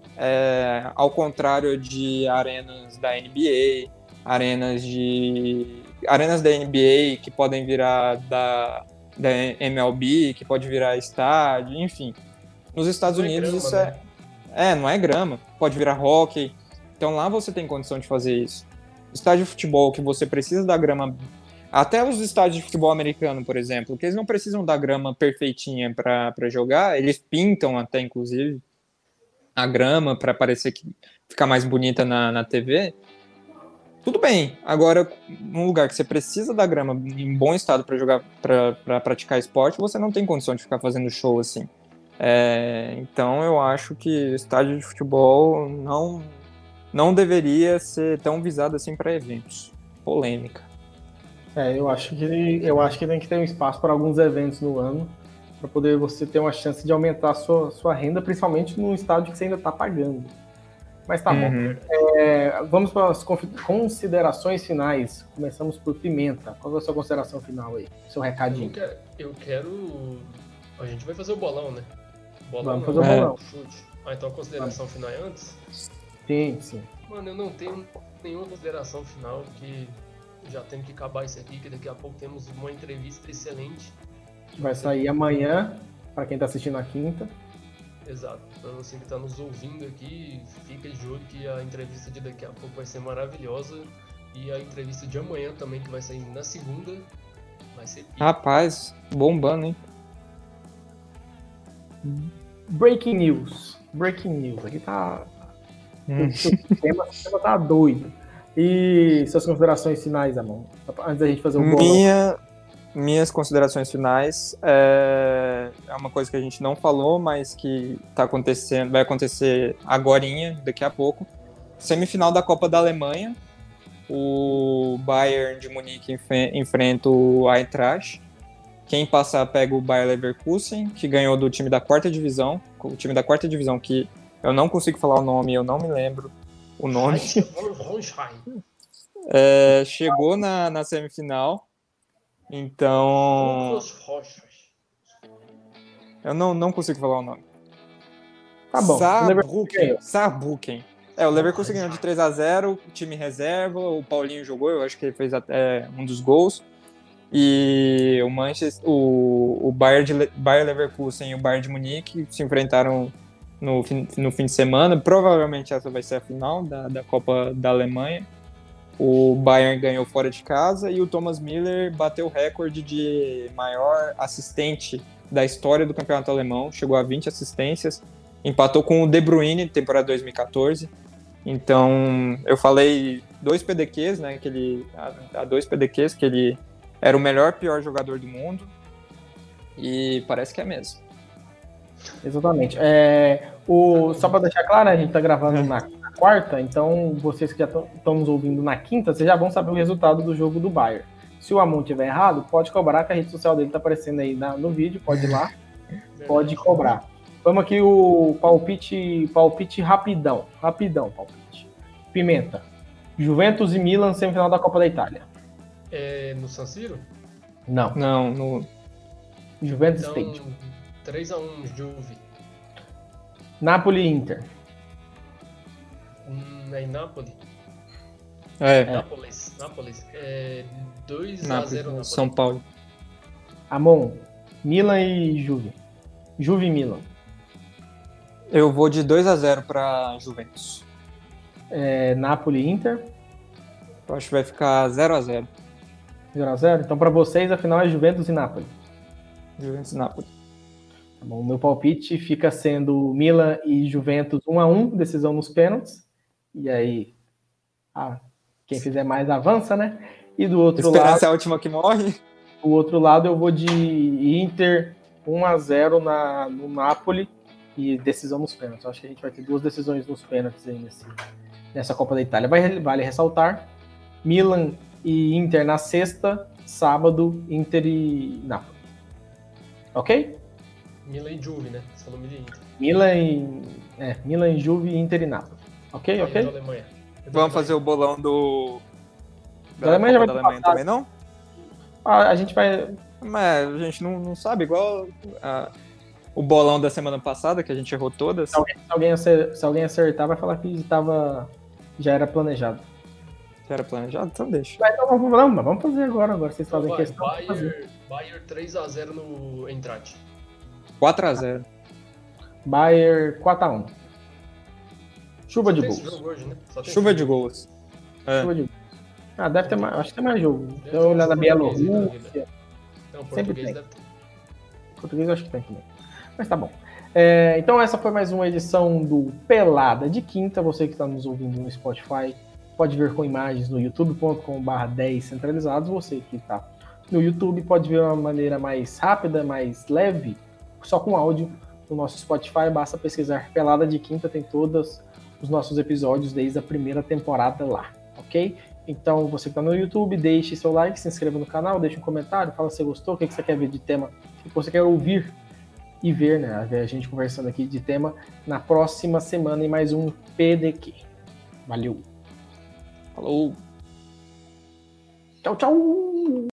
é, ao contrário de arenas da N B A, arenas de... arenas da N B A que podem virar da, da M L B, que pode virar estádio, enfim. Nos Estados não Unidos é grama, isso é... Né? É, não é grama. Pode virar hóquei. Então lá você tem condição de fazer isso. Estádio de futebol que você precisa da grama... Até os estádios de futebol americano, por exemplo, que eles não precisam da grama perfeitinha para jogar, eles pintam até, inclusive, a grama para parecer que ficar mais bonita na, na T V. Tudo bem, agora num lugar que você precisa da grama em bom estado para jogar, para praticar esporte, você não tem condição de ficar fazendo show assim. É, então eu acho que o estádio de futebol não, não deveria ser tão visado assim para eventos. Polêmica. É, eu acho que eu acho que tem que ter um espaço para alguns eventos no ano, para poder você ter uma chance de aumentar a sua, sua renda, principalmente no estádio que você ainda está pagando. Mas tá uhum. bom. É, vamos para as considerações finais. Começamos por Pimenta. Qual é a sua consideração final aí? Seu recadinho. Eu quero... Eu quero... A gente vai fazer o bolão, né? Bolão, vamos fazer o bolão. Chute. Ah, então a consideração final é antes? Sim, sim. Mano, eu não tenho nenhuma consideração final, que já tenho que acabar isso aqui, que daqui a pouco temos uma entrevista excelente. Vai sair amanhã, para quem tá assistindo a quinta. Exato. Para você que está nos ouvindo aqui, fica de olho que a entrevista de daqui a pouco vai ser maravilhosa. E a entrevista de amanhã também, que vai sair na segunda, vai ser pica. Rapaz, bombando, hein? Breaking news. Breaking news. Aqui tá... Hum. O, tema, o tema tá doido. E suas considerações finais, Amon? Antes da gente fazer o bolão. Minha... Minhas considerações finais é... é uma coisa que a gente não falou, mas que tá acontecendo, vai acontecer agorinha, daqui a pouco. Semifinal da Copa da Alemanha. o Bayern de Munique enfe- enfrenta o Eintracht. Quem passar pega o Bayer Leverkusen, que ganhou do time da quarta divisão. O time da quarta divisão, que eu não consigo falar o nome, eu não me lembro o nome. É, chegou na, na semifinal. Então. Eu não, não consigo falar o nome. Tá bom. Saarbrücken. Saarbrücken. É, o Leverkusen ganhou de três a zero, time reserva, o Paulinho jogou, eu acho que ele fez até um dos gols. E o Manchester, o, o Bayer, de, Bayer Leverkusen e o Bayern de Munique se enfrentaram no fim, no fim de semana. Provavelmente essa vai ser a final da, da Copa da Alemanha. O Bayern ganhou fora de casa e o Thomas Müller bateu o recorde de maior assistente da história do campeonato alemão, chegou a vinte assistências, empatou com o De Bruyne, temporada dois mil e catorze. Então, eu falei dois P D Qs, né, que ele, há dois P D Qs, que ele era o melhor pior jogador do mundo, e parece que é mesmo. Exatamente. É, o, só para deixar claro, a gente está gravando na, na quarta, então vocês que já estão nos ouvindo na quinta, vocês já vão saber o resultado do jogo do Bayern. Se o Amon estiver errado, pode cobrar, que a rede social dele está aparecendo aí na, no vídeo, pode ir lá, pode cobrar. Vamos aqui o palpite, palpite rapidão, rapidão palpite. Pimenta, Juventus e Milan, semifinal da Copa da Itália. É no San Siro? Não. Não, no Juventus Então, Stadium. três a um Juve. Napoli e Inter. Hum, é em Nápoles? É, Nápoles. Nápoles. É dois a Nápoles, zero Nápoles. São Paulo. Amon, Milan e Juve. Juve e Milan. Eu vou de dois a zero para Juventus. É, Napoli e Inter. Eu acho que vai ficar zero a zero. zero a zero. Então, para vocês, a final é Juventus e Napoli. Juventus e Napoli. Tá bom, o meu palpite fica sendo Milan e Juventus um a um, decisão nos pênaltis. E aí, ah, quem fizer mais avança, né? E do outro Esperança lado, é a última que morre. do outro lado eu vou de Inter um a zero na, no Napoli e decisão nos pênaltis. Eu acho que a gente vai ter duas decisões nos pênaltis aí nesse, nessa Copa da Itália. Vai, vale ressaltar, Milan e Inter na sexta, sábado, Inter e Napoli. Ok? Milan e Juve, né? Você falou Milan e Inter. Milan e, é, Milan e Juve, Inter e Napoli. Ok, Aí é ok? da Alemanha. É da Vamos Alemanha. fazer o bolão do... Da Alemanha já vai da ter Alemanha passado. também, não? Ah, a gente vai... Mas a gente não, não sabe, igual a- o bolão da semana passada, que a gente errou todas. Se alguém, se alguém acer- se alguém acertar, vai falar que tava, já era planejado. Já era planejado, então deixa. Mas então vamos, vamos, vamos fazer agora, agora vocês Então fazem vai, questão. vamos fazer. Bayern, Bayern três a zero no Eintracht. quatro a zero. Bayern quatro a um. Chuva Só de tem gols. esse jogo hoje, né? Só tem Chuva esse de jogo. gols. É. Chuva de gols. Ah, deve ter mais, acho que tem mais jogo. Deve Deu ter uma olhada na um português aí da Bielorrússia. vida. Não, Sempre português tem. deve ter. Português eu acho que tem também. Mas tá bom. É, então essa foi mais uma edição do Pelada de Quinta. Você que está nos ouvindo no Spotify pode ver com imagens no youtube ponto com barra dez centralizados. Você que está no YouTube pode ver uma maneira mais rápida, mais leve, só com áudio no nosso Spotify. Basta pesquisar Pelada de Quinta, tem todos os nossos episódios desde a primeira temporada lá, ok? Então você que está no YouTube, deixe seu like, se inscreva no canal, deixe um comentário, fala se você gostou, o que você quer ver de tema, o que você quer ouvir e ver, né? A gente conversando aqui de tema na próxima semana em mais um P D Q. Valeu! Falou! Tchau, tchau!